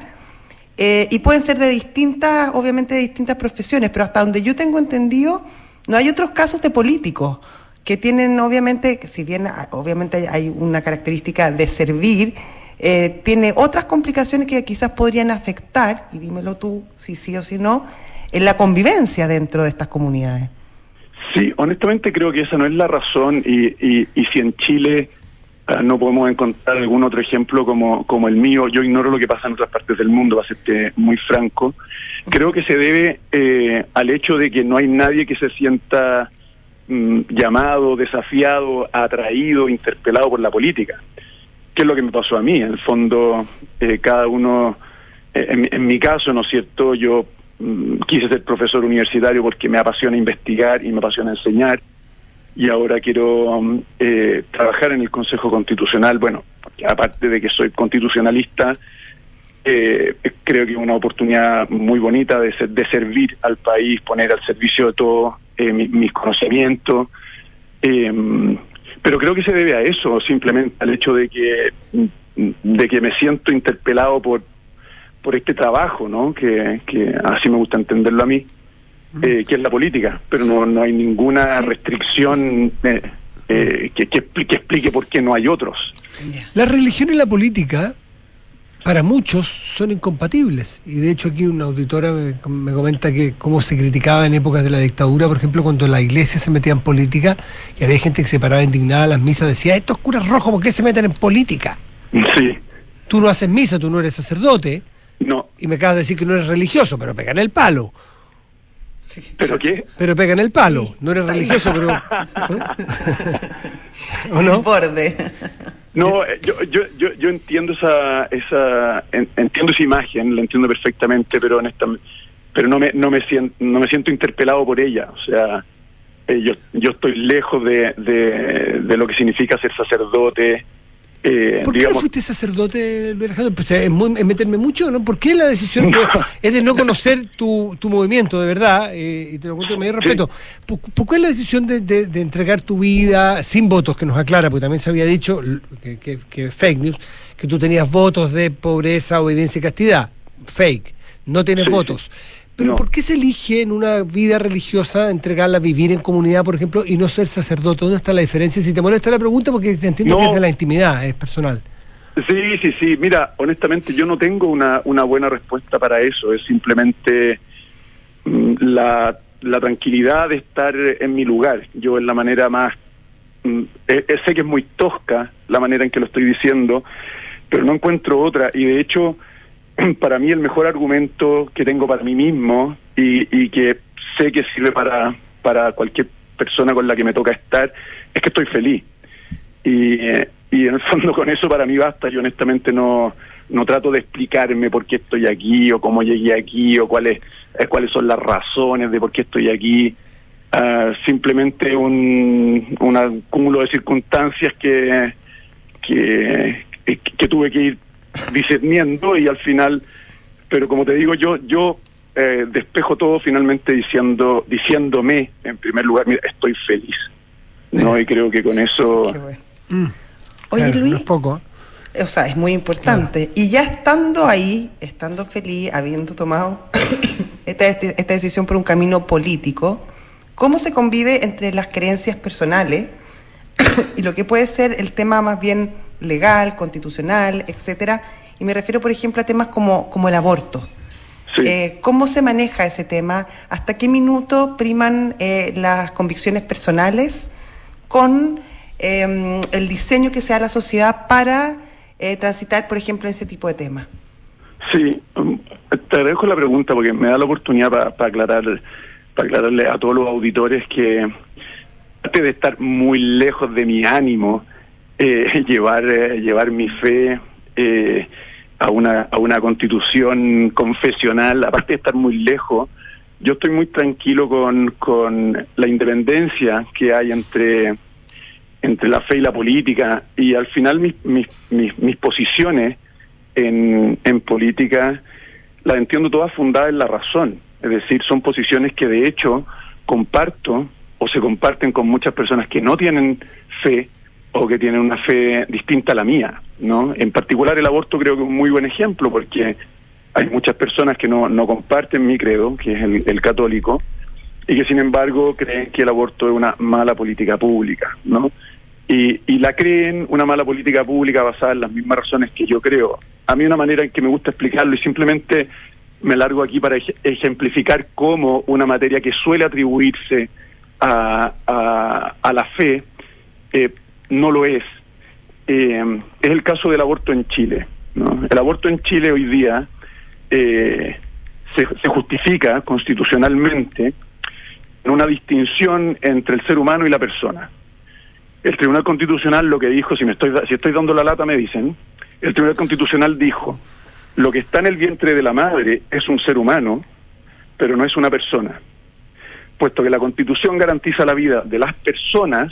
Y pueden ser obviamente de distintas profesiones, pero hasta donde yo tengo entendido, no hay otros casos de políticos que tienen, obviamente, si bien obviamente hay una característica de servir, tiene otras complicaciones que quizás podrían afectar, y dímelo tú si sí o si no, en la convivencia dentro de estas comunidades. Sí, honestamente creo que esa no es la razón, y si en Chile no podemos encontrar algún otro ejemplo como el mío, yo ignoro lo que pasa en otras partes del mundo, para serte muy franco. Creo que se debe al hecho de que no hay nadie que se sienta llamado, desafiado, atraído, interpelado por la política, que es lo que me pasó a mí. En el fondo, cada uno, en mi caso, ¿no es cierto?, yo quise ser profesor universitario porque me apasiona investigar y me apasiona enseñar, y ahora quiero trabajar en el Consejo Constitucional. Bueno, porque aparte de que soy constitucionalista, creo que es una oportunidad muy bonita de servir al país, poner al servicio de todos mis conocimientos, pero creo que se debe a eso, simplemente al hecho de que me siento interpelado por este trabajo, ¿no? Que así me gusta entenderlo a mí, que es la política, pero no hay ninguna restricción que explique por qué no hay otros. La religión y la política para muchos son incompatibles, y de hecho aquí una auditora me comenta que cómo se criticaba en épocas de la dictadura, por ejemplo, cuando la iglesia se metía en política y había gente que se paraba indignada a las misas, decía, estos curas rojos, ¿por qué se meten en política? Sí. Tú no haces misa, tú no eres sacerdote. No. Y me acabas de decir que no eres religioso, pero pegan el palo. ¿Pero qué? Pero pegan el palo. Sí. No eres religioso, pero... ¿O no? Borde. No, yo entiendo entiendo esa imagen, la entiendo perfectamente, pero honestamente, pero no me siento interpelado por ella. O sea, yo estoy lejos de lo que significa ser sacerdote. ¿Por qué no fuiste sacerdote, Alejandro? Pues, ¿es meterme mucho, no? ¿Por qué la decisión es de no conocer tu movimiento, de verdad? Y te lo cuento con mayor respeto. Sí. ¿Por qué la decisión de entregar tu vida sin votos, que nos aclara, porque también se había dicho que fake news, que tú tenías votos de pobreza, obediencia y castidad? Fake. No tienes votos. Pero no. ¿Por qué se elige en una vida religiosa entregarla a vivir en comunidad, por ejemplo, y no ser sacerdote? ¿Dónde está la diferencia? Si te molesta la pregunta, porque te entiendo que es de la intimidad, es personal. Sí. Mira, honestamente yo no tengo una buena respuesta para eso. Es simplemente la tranquilidad de estar en mi lugar. Yo en la manera más... sé que es muy tosca la manera en que lo estoy diciendo, pero no encuentro otra. Y de hecho... para mí el mejor argumento que tengo para mí mismo y que sé que sirve para cualquier persona con la que me toca estar, es que estoy feliz. Y en el fondo con eso para mí basta. Yo honestamente no trato de explicarme por qué estoy aquí o cómo llegué aquí o cuáles son las razones de por qué estoy aquí. Simplemente un cúmulo de circunstancias que tuve que ir discerniendo, y al final, pero como te digo, yo despejo todo finalmente diciéndome, en primer lugar, mira, estoy feliz, ¿no? Y creo que con eso... Qué bueno. Oye, Luis, no es poco. O sea, es muy importante. Claro. Y ya estando ahí, estando feliz, habiendo tomado esta decisión por un camino político, ¿cómo se convive entre las creencias personales y lo que puede ser el tema más bien legal, constitucional, etcétera? Y me refiero, por ejemplo, a temas como el aborto. Sí. ¿Cómo se maneja ese tema? ¿Hasta qué minuto priman las convicciones personales con el diseño que se da a la sociedad para transitar, por ejemplo, en ese tipo de temas? Sí, te agradezco la pregunta porque me da la oportunidad para aclararle a todos los auditores que antes de estar muy lejos de mi ánimo, llevar mi fe a una constitución confesional, aparte de estar muy lejos, yo estoy muy tranquilo con la independencia que hay entre la fe y la política, y al final mis posiciones en política las entiendo todas fundadas en la razón, es decir, son posiciones que de hecho comparto o se comparten con muchas personas que no tienen fe o que tienen una fe distinta a la mía, ¿no? En particular el aborto creo que es un muy buen ejemplo porque hay muchas personas que no comparten mi credo, que es el católico, y que sin embargo creen que el aborto es una mala política pública, ¿no? Y la creen una mala política pública basada en las mismas razones que yo creo. A mí una manera en que me gusta explicarlo, y simplemente me largo aquí para ejemplificar cómo una materia que suele atribuirse a la fe no lo es. Es el caso del aborto en Chile, ¿no? El aborto en Chile hoy día se justifica constitucionalmente en una distinción entre el ser humano y la persona. El Tribunal Constitucional lo que dijo, si estoy dando la lata me dicen, el Tribunal Constitucional dijo, lo que está en el vientre de la madre es un ser humano, pero no es una persona. Puesto que la Constitución garantiza la vida de las personas,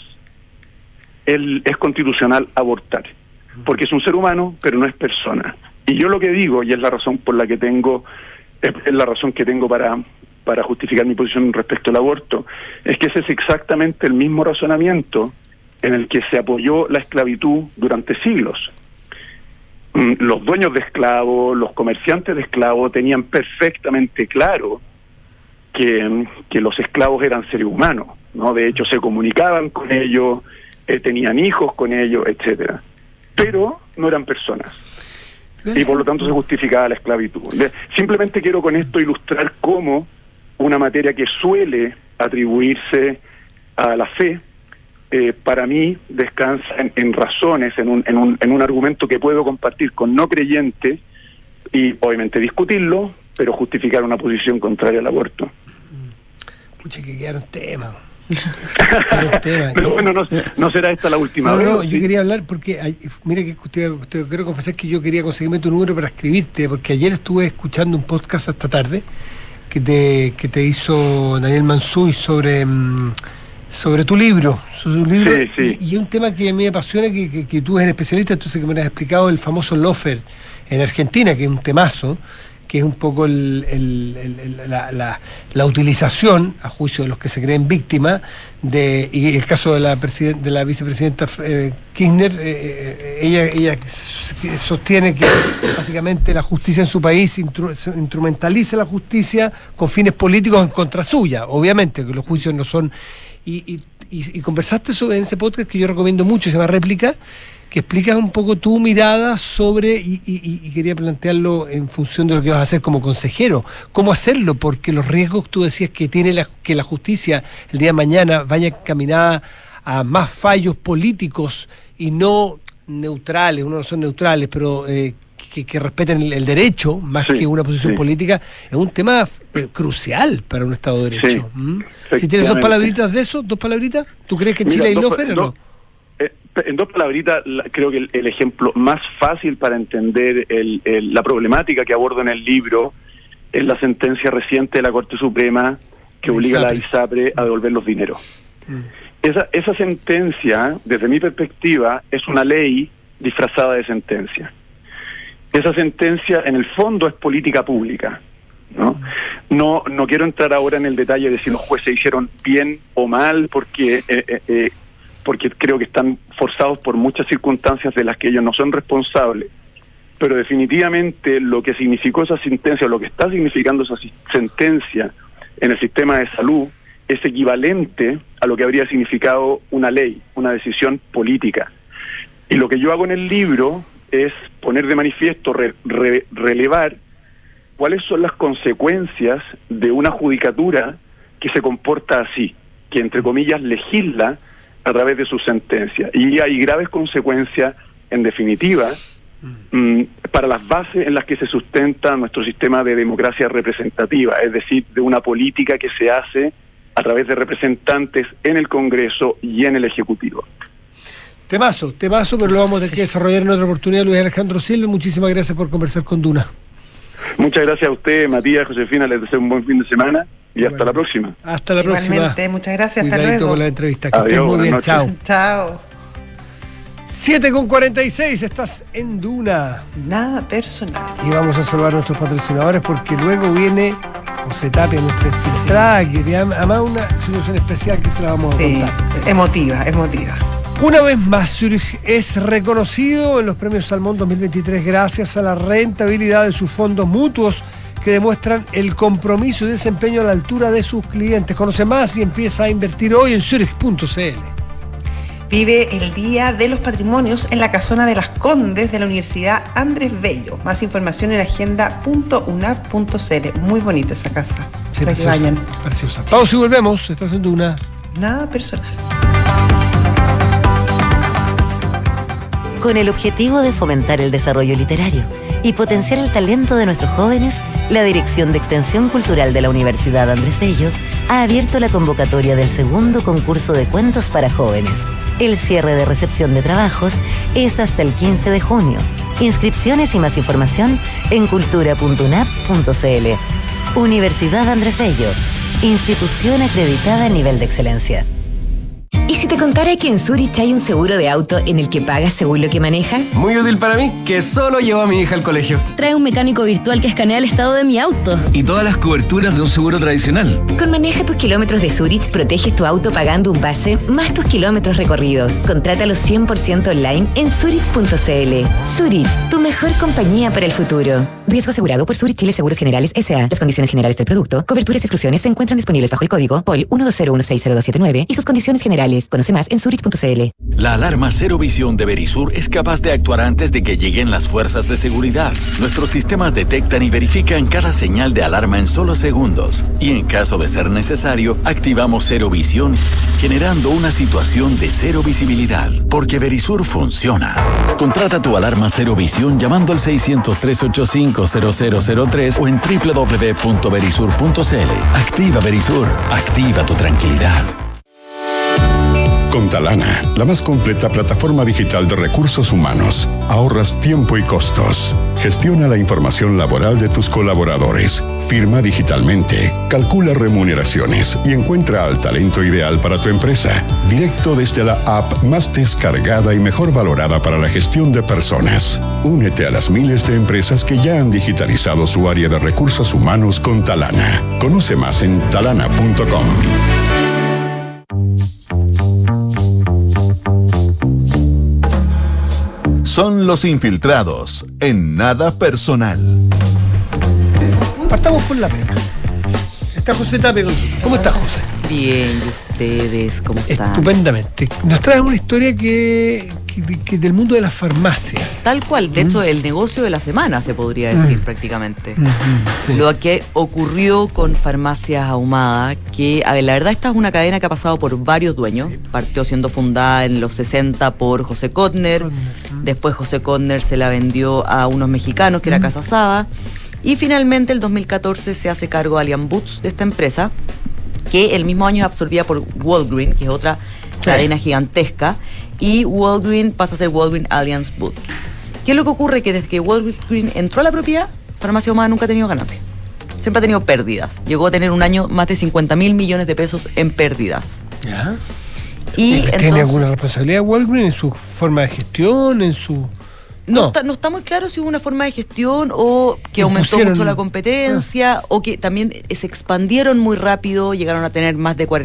es constitucional abortar, porque es un ser humano, pero no es persona. Y yo lo que digo, y es la razón por la que tengo, es la razón que tengo para justificar mi posición respecto al aborto, es que ese es exactamente el mismo razonamiento en el que se apoyó la esclavitud durante siglos. Los dueños de esclavos, los comerciantes de esclavos tenían perfectamente claro que los esclavos eran seres humanos, ¿no? De hecho se comunicaban con ellos, tenían hijos con ellos, etcétera, pero no eran personas y por lo tanto se justificaba la esclavitud. Simplemente quiero con esto ilustrar cómo una materia que suele atribuirse a la fe para mí descansa en razones, en un argumento que puedo compartir con no creyentes y obviamente discutirlo, pero justificar una posición contraria al aborto. Pucha, que quedaron temas. Pero bueno, no será esta la última vez. No, yo quería hablar porque mira que usted quiero confesar que yo quería conseguirme tu número para escribirte, porque ayer estuve escuchando un podcast hasta tarde que te hizo Daniel Mansuy sobre tu libro, sí. Y un tema que a mí me apasiona, que tú eres especialista, entonces que me has explicado el famoso lawfare en Argentina, que es un temazo, que es un poco la utilización, a juicio de los que se creen víctimas, y el caso de la vicepresidenta Kirchner, ella sostiene que básicamente la justicia en su país instrumentaliza la justicia con fines políticos en contra suya, obviamente, que los juicios no son... Y conversaste en ese podcast que yo recomiendo mucho, se llama Réplica, que explicas un poco tu mirada sobre, y quería plantearlo en función de lo que vas a hacer como consejero, cómo hacerlo, porque los riesgos tú decías que tiene que la justicia el día de mañana vaya encaminada a más fallos políticos y no neutrales, uno no son neutrales, pero que respeten el derecho más que una posición política, es un tema crucial para un Estado de Derecho. Si tienes dos palabritas de eso, ¿tú crees que en Chile hay lawfare o no? En dos palabritas, creo que el ejemplo más fácil para entender la problemática que abordo en el libro es la sentencia reciente de la Corte Suprema que obliga a la ISAPRE a devolver los dineros. Esa sentencia, desde mi perspectiva, es una ley disfrazada de sentencia. Esa sentencia, en el fondo, es política pública, No quiero entrar ahora en el detalle de si los jueces hicieron bien o mal, porque creo que están forzados por muchas circunstancias de las que ellos no son responsables. Pero definitivamente lo que significó esa sentencia, o lo que está significando esa sentencia en el sistema de salud, es equivalente a lo que habría significado una ley, una decisión política. Y lo que yo hago en el libro es poner de manifiesto, relevar cuáles son las consecuencias de una judicatura que se comporta así, que entre comillas legisla a través de su sentencia. Y hay graves consecuencias, en definitiva, para las bases en las que se sustenta nuestro sistema de democracia representativa, es decir, de una política que se hace a través de representantes en el Congreso y en el Ejecutivo. Temazo, pero lo vamos a tener que desarrollar en otra oportunidad. Luis Alejandro Silva, muchísimas gracias por conversar con Duna. Muchas gracias a usted, Matías, Josefina, les deseo un buen fin de semana y hasta la próxima. Hasta la próxima. Igualmente, muchas gracias, hasta luego. Con la entrevista. Que estés muy bien, chao. Chao. 7:46, estás en Duna. Nada personal. Y vamos a saludar a nuestros patrocinadores porque luego viene José Tapia, nuestra infiltrada, que tiene además una situación especial que se la vamos a contar. Emotiva. Una vez más, Zurich es reconocido en los premios Salmón 2023 gracias a la rentabilidad de sus fondos mutuos que demuestran el compromiso y desempeño a la altura de sus clientes. Conoce más y empieza a invertir hoy en Zurich.cl. Vive el Día de los Patrimonios en la Casona de las Condes de la Universidad Andrés Bello. Más información en agenda.unap.cl. Muy bonita esa casa. Sí, para que vayan. Preciosa. Pausa y volvemos. Estás en Duna. Nada personal. Con el objetivo de fomentar el desarrollo literario y potenciar el talento de nuestros jóvenes, la Dirección de Extensión Cultural de la Universidad Andrés Bello ha abierto la convocatoria del segundo concurso de cuentos para jóvenes. El cierre de recepción de trabajos es hasta el 15 de junio. Inscripciones y más información en cultura.unap.cl. Universidad Andrés Bello, institución acreditada a nivel de excelencia. ¿Y si te contara que en Zurich hay un seguro de auto en el que pagas según lo que manejas? Muy útil para mí, que solo llevo a mi hija al colegio. Trae un mecánico virtual que escanea el estado de mi auto. Y todas las coberturas de un seguro tradicional. Con Maneja tus kilómetros de Zurich, proteges tu auto pagando un base más tus kilómetros recorridos. Contrátalo 100% online en Zurich.cl. Zurich, tu mejor compañía para el futuro. Riesgo asegurado por Zurich Chile Seguros Generales S.A. Las condiciones generales del producto, coberturas y exclusiones se encuentran disponibles bajo el código POL 120160279 y sus condiciones generales. Conoce más en Zurich.cl. La alarma Cero Visión de Verisur es capaz de actuar antes de que lleguen las fuerzas de seguridad. Nuestros sistemas detectan y verifican cada señal de alarma en solo segundos. Y en caso de ser necesario, activamos Cero Visión, generando una situación de cero visibilidad. Porque Verisur funciona. Contrata tu alarma Cero Visión llamando al 600-385-0003 o en www.verisur.cl. Activa Verisur. Activa tu tranquilidad. Con Talana, la más completa plataforma digital de recursos humanos, ahorras tiempo y costos. Gestiona la información laboral de tus colaboradores, firma digitalmente, calcula remuneraciones y encuentra al talento ideal para tu empresa, directo desde la app más descargada y mejor valorada para la gestión de personas. Únete a las miles de empresas que ya han digitalizado su área de recursos humanos con Talana. Conoce más en talana.com. Son los infiltrados en Nada Personal. Partamos por la pena. Está José Tapia. ¿Cómo está, José? Bien, ¿y ustedes cómo están? Estupendamente. Nos traes una historia que del mundo de las farmacias. Tal cual, de hecho, el negocio de la semana, se podría decir prácticamente. Sí. Lo que ocurrió con Farmacias Ahumada, que, a ver, la verdad esta es una cadena que ha pasado por varios dueños. Sí. Partió siendo fundada en los 60 por José Kotner. Después José Kotner se la vendió a unos mexicanos, que era Casa Saba. Y finalmente, el 2014, se hace cargo Allianz Boots de esta empresa, que el mismo año es absorbida por Walgreens, que es otra cadena gigantesca, y Walgreens pasa a ser Walgreens Allianz Boots. ¿Qué es lo que ocurre? Que desde que Walgreens entró a la propiedad, Farmacia Ahumada nunca ha tenido ganancias. Siempre ha tenido pérdidas. Llegó a tener un año más de 50.000 millones de pesos en pérdidas. ¿Ya? ¿Y ¿tiene alguna responsabilidad Walgreens en su forma de gestión, en su No está muy claro si hubo una forma de gestión o que aumentó mucho la competencia o que también se expandieron muy rápido, llegaron a tener más de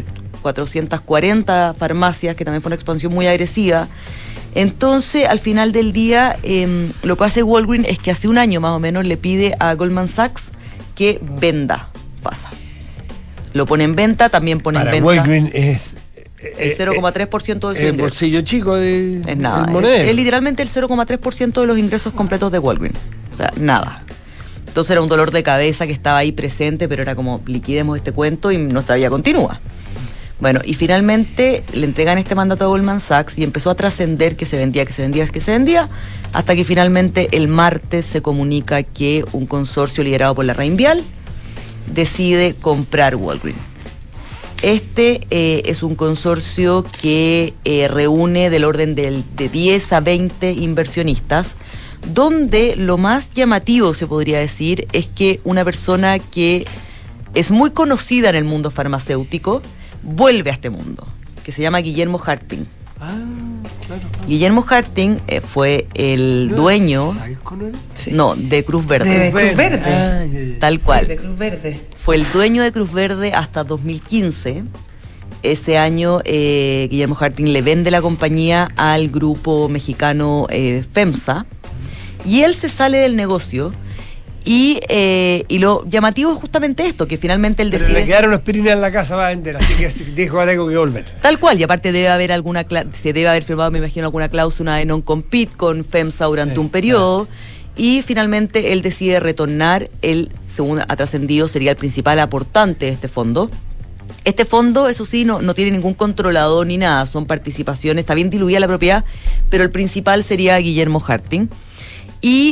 440 farmacias, que también fue una expansión muy agresiva. Entonces, al final del día, lo que hace Walgreens es que hace un año más o menos le pide a Goldman Sachs que venda FASA. Lo pone en venta, también pone en venta. Walgreens es el 0,3% de su el bolsillo chico de es nada, es literalmente el 0,3% de los ingresos completos de Walgreens. O sea, nada. Entonces era un dolor de cabeza que estaba ahí presente, pero era como, liquidemos este cuento y nuestra vida continúa. Bueno, y finalmente le entregan este mandato a Goldman Sachs y empezó a trascender que se vendía, hasta que finalmente el martes se comunica que un consorcio liderado por la Reinvial decide comprar Walgreens. Este es un consorcio que reúne del orden de 10 a 20 inversionistas, donde lo más llamativo, se podría decir, es que una persona que es muy conocida en el mundo farmacéutico vuelve a este mundo, que se llama Guillermo Harting. Claro. Guillermo Harting fue el dueño de Cruz Verde. De Cruz Verde. Tal cual. Sí, de Cruz Verde. Fue el dueño de Cruz Verde hasta 2015. Ese año Guillermo Harting le vende la compañía al grupo mexicano FEMSA y él se sale del negocio. Y lo llamativo es justamente esto, que finalmente él decide... Pero le quedaron aspirinas en la casa para vender, así que dijo, tengo que volver. Tal cual, y aparte debe haber se debe haber firmado, me imagino, alguna cláusula de non-compete con FEMSA durante un periodo, y finalmente él decide retornar. Él, según ha trascendido, sería el principal aportante de este fondo. Este fondo, eso sí, no tiene ningún controlador ni nada, son participaciones, está bien diluida la propiedad, pero el principal sería Guillermo Harting. Y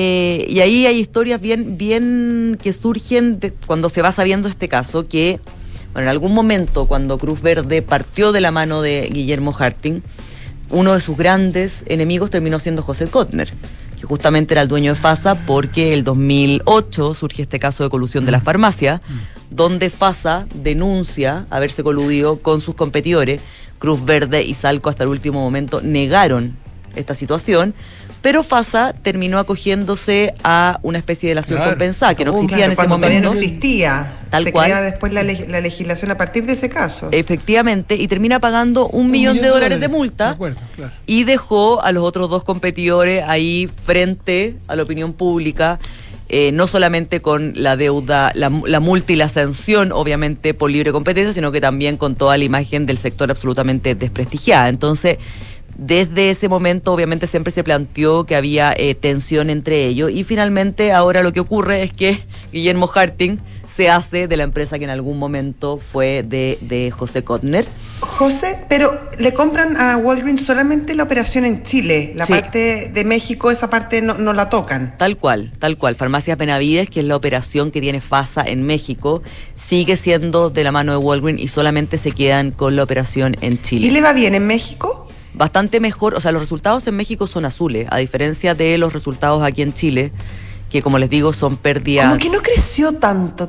ahí hay historias bien que surgen cuando se va sabiendo este caso, que en algún momento cuando Cruz Verde partió de la mano de Guillermo Harting, uno de sus grandes enemigos terminó siendo José Kotner, que justamente era el dueño de FASA, porque el 2008 surge este caso de colusión de la farmacia, donde FASA denuncia haberse coludido con sus competidores. Cruz Verde y Salco hasta el último momento negaron esta situación, pero FASA terminó acogiéndose a una especie de dación compensada, que no existía en ese momento. Todavía no existía. Tal se cual. crea después la legislación a partir de ese caso. Efectivamente, y termina pagando $1 millón de multa. De acuerdo, claro. Y dejó a los otros dos competidores ahí frente a la opinión pública, no solamente con la deuda, la multa y la sanción, obviamente, por libre competencia, sino que también con toda la imagen del sector absolutamente desprestigiada. Entonces, desde ese momento obviamente siempre se planteó que había tensión entre ellos, y finalmente ahora lo que ocurre es que Guillermo Harting se hace de la empresa que en algún momento fue de José Kotner. José, pero le compran a Walgreens solamente la operación en Chile, la parte de México, esa parte no la tocan. Tal cual. Farmacias Benavides, que es la operación que tiene FASA en México, sigue siendo de la mano de Walgreens y solamente se quedan con la operación en Chile. ¿Y le va bien en México? Bastante mejor, o sea, los resultados en México son azules, a diferencia de los resultados aquí en Chile, que como les digo son pérdidas. Como que no creció tanto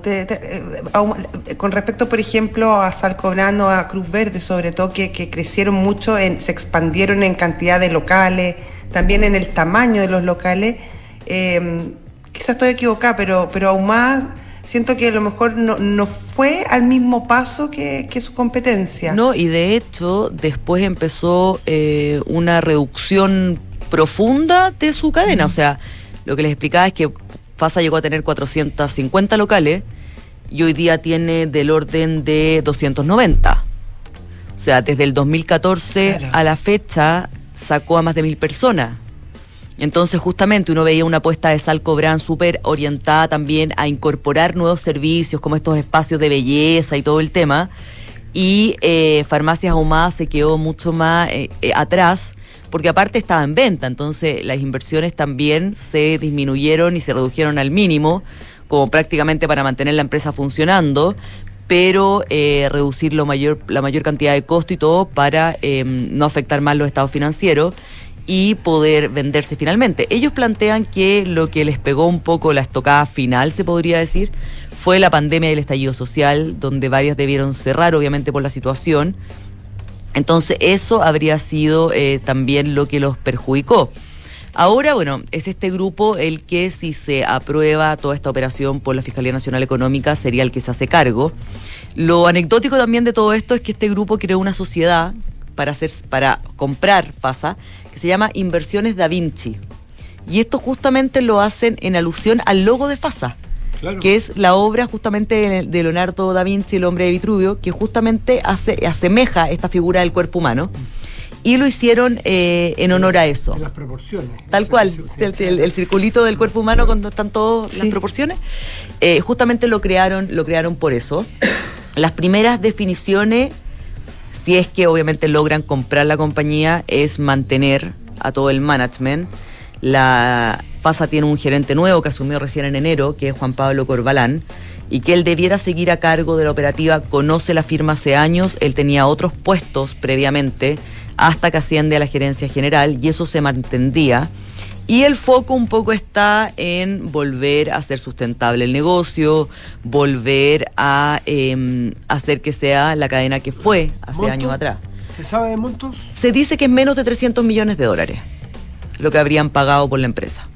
con respecto, por ejemplo, a Salcobrano, a Cruz Verde, sobre todo, que crecieron mucho, se expandieron en cantidad de locales, también en el tamaño de los locales. Quizás estoy equivocada, pero aún más siento que a lo mejor no fue al mismo paso que su competencia. No, y de hecho después empezó una reducción profunda de su cadena. O sea, lo que les explicaba es que FASA llegó a tener 450 locales y hoy día tiene del orden de 290. O sea, desde el 2014 a la fecha sacó a más de 1.000 personas. Entonces justamente uno veía una apuesta de Salco-Brand súper orientada también a incorporar nuevos servicios como estos espacios de belleza y todo el tema, y Farmacias Ahumadas se quedó mucho más atrás, porque aparte estaba en venta, entonces las inversiones también se disminuyeron y se redujeron al mínimo, como prácticamente para mantener la empresa funcionando, pero reducir la mayor cantidad de costo y todo para no afectar más los estados financieros y poder venderse finalmente. Ellos plantean que lo que les pegó un poco la estocada final, se podría decir, fue la pandemia del estallido social, donde varias debieron cerrar, obviamente, por la situación. Entonces, eso habría sido también lo que los perjudicó. Ahora, bueno, es este grupo el que, si se aprueba toda esta operación por la Fiscalía Nacional Económica, sería el que se hace cargo. Lo anecdótico también de todo esto es que este grupo creó una sociedad para comprar FASA, que se llama Inversiones Da Vinci. Y esto justamente lo hacen en alusión al logo de FASA, claro, que es la obra justamente de Leonardo da Vinci, el hombre de Vitruvio, que justamente asemeja esta figura del cuerpo humano. Y lo hicieron en honor a eso. De las proporciones. Tal cual, el circulito del cuerpo humano cuando están todas las proporciones. Justamente lo crearon por eso. Las primeras definiciones, si es que obviamente logran comprar la compañía, es mantener a todo el management. La FASA tiene un gerente nuevo que asumió recién en enero, que es Juan Pablo Corbalán, y que él debiera seguir a cargo de la operativa. Conoce la firma hace años, él tenía otros puestos previamente, hasta que asciende a la gerencia general, y eso se mantendría. Y el foco un poco está en volver a hacer sustentable el negocio, volver a hacer que sea la cadena que fue hace años atrás. ¿Se sabe de montos? Se dice que es menos de $300 millones lo que habrían pagado por la empresa.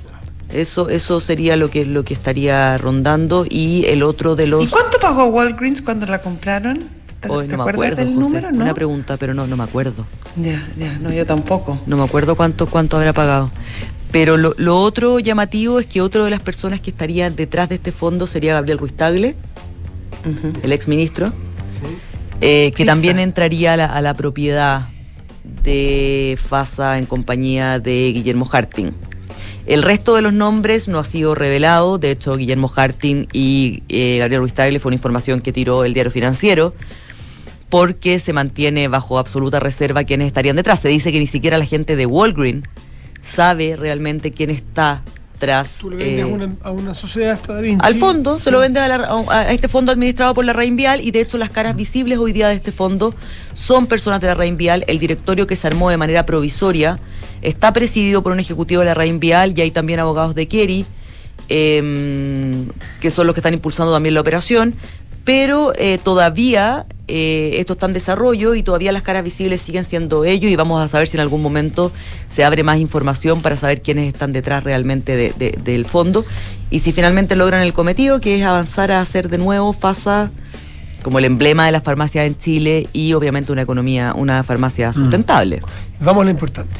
Eso sería lo que estaría rondando. Y el otro de los... ¿Y cuánto pagó Walgreens cuando la compraron? Hoy no me acuerdo, del José, número, ¿no? Una pregunta, pero no me acuerdo. Ya, no, yo tampoco. No me acuerdo cuánto habrá pagado. Pero lo otro llamativo es que otro de las personas que estarían detrás de este fondo sería Gabriel Ruiz Tagle, el exministro, que también entraría a la propiedad de FASA en compañía de Guillermo Harting. El resto de los nombres no ha sido revelado. De hecho, Guillermo Harting y Gabriel Ruiz Tagle fue una información que tiró el Diario Financiero, porque se mantiene bajo absoluta reserva quiénes estarían detrás. Se dice que ni siquiera la gente de Walgreens sabe realmente quién está tras... Tú le vendes a una sociedad hasta Da Vinci. Al fondo, se lo vende a este fondo administrado por la Reinvial, y de hecho las caras visibles hoy día de este fondo son personas de la Reinvial. El directorio, que se armó de manera provisoria, está presidido por un ejecutivo de la Reinvial, y hay también abogados de Keri, que son los que están impulsando también la operación, pero todavía esto está en desarrollo y todavía las caras visibles siguen siendo ellos, y vamos a saber si en algún momento se abre más información para saber quiénes están detrás realmente del fondo, y si finalmente logran el cometido, que es avanzar a hacer de nuevo FASA como el emblema de las farmacias en Chile, y obviamente una farmacia sustentable. Vamos a lo importante.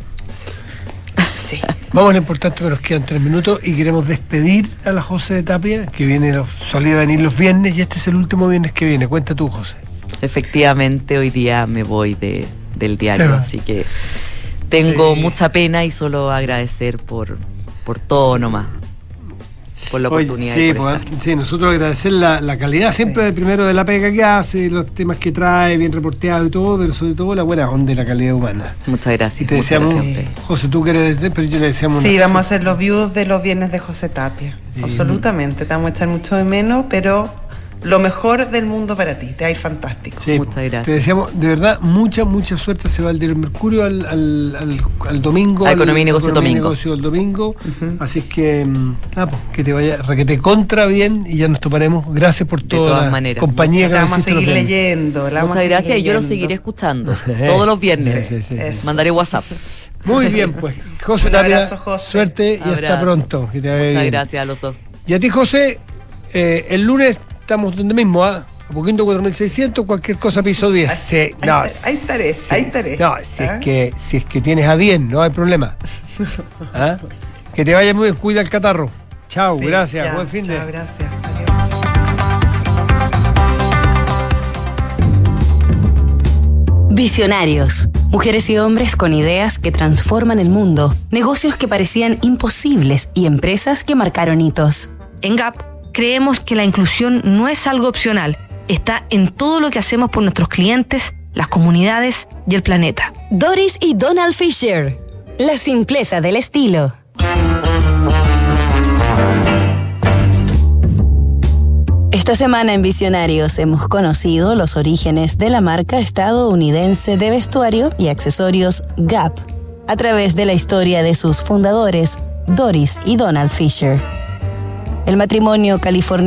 Sí. Vamos a lo importante, que nos quedan 3 minutos y queremos despedir a la José de Tapia, que solía venir los viernes, y este es el último viernes que viene. Cuenta tú, José. Efectivamente, hoy día me voy del diario, así que tengo mucha pena y solo agradecer por todo nomás, por la oportunidad. Sí, nosotros agradecer la calidad siempre primero de la pega que hace, los temas que trae, bien reporteado y todo, pero sobre todo la buena onda y la calidad humana. Muchas gracias. Y te deseamos, José, tú quieres decir, pero yo le deseamos... Sí, vamos a hacer los views de los viernes de José Tapia, absolutamente, te vamos a echar mucho de menos, pero lo mejor del mundo para ti, te va a ir fantástico. Sí, muchas gracias. Te deseamos de verdad mucha suerte. Se va el Diario Mercurio al domingo. A Economía y Negocio domingo. El domingo. Así que que te vaya requete contra bien, y ya nos toparemos. Gracias por toda la compañía que vamos a seguir leyendo. Muchas gracias, y yo lo seguiré escuchando todos los viernes. Sí. Mandaré WhatsApp. Muy bien, pues. José, suerte y hasta pronto. Que te vaya Muchas bien. Gracias a los dos. Y a ti, José, el lunes estamos donde mismo, a poquito 4.600, cualquier cosa piso 10. Sí, ahí estaré. No, si es que tienes a bien, no hay problema. Que te vaya muy bien, cuida el catarro. Chao, gracias, buen fin de. Gracias. Visionarios. Mujeres y hombres con ideas que transforman el mundo, negocios que parecían imposibles y empresas que marcaron hitos. En Gap creemos que la inclusión no es algo opcional, está en todo lo que hacemos por nuestros clientes, las comunidades y el planeta. Doris y Donald Fisher, la simpleza del estilo. Esta semana en Visionarios hemos conocido los orígenes de la marca estadounidense de vestuario y accesorios Gap, a través de la historia de sus fundadores, Doris y Donald Fisher. El matrimonio californiano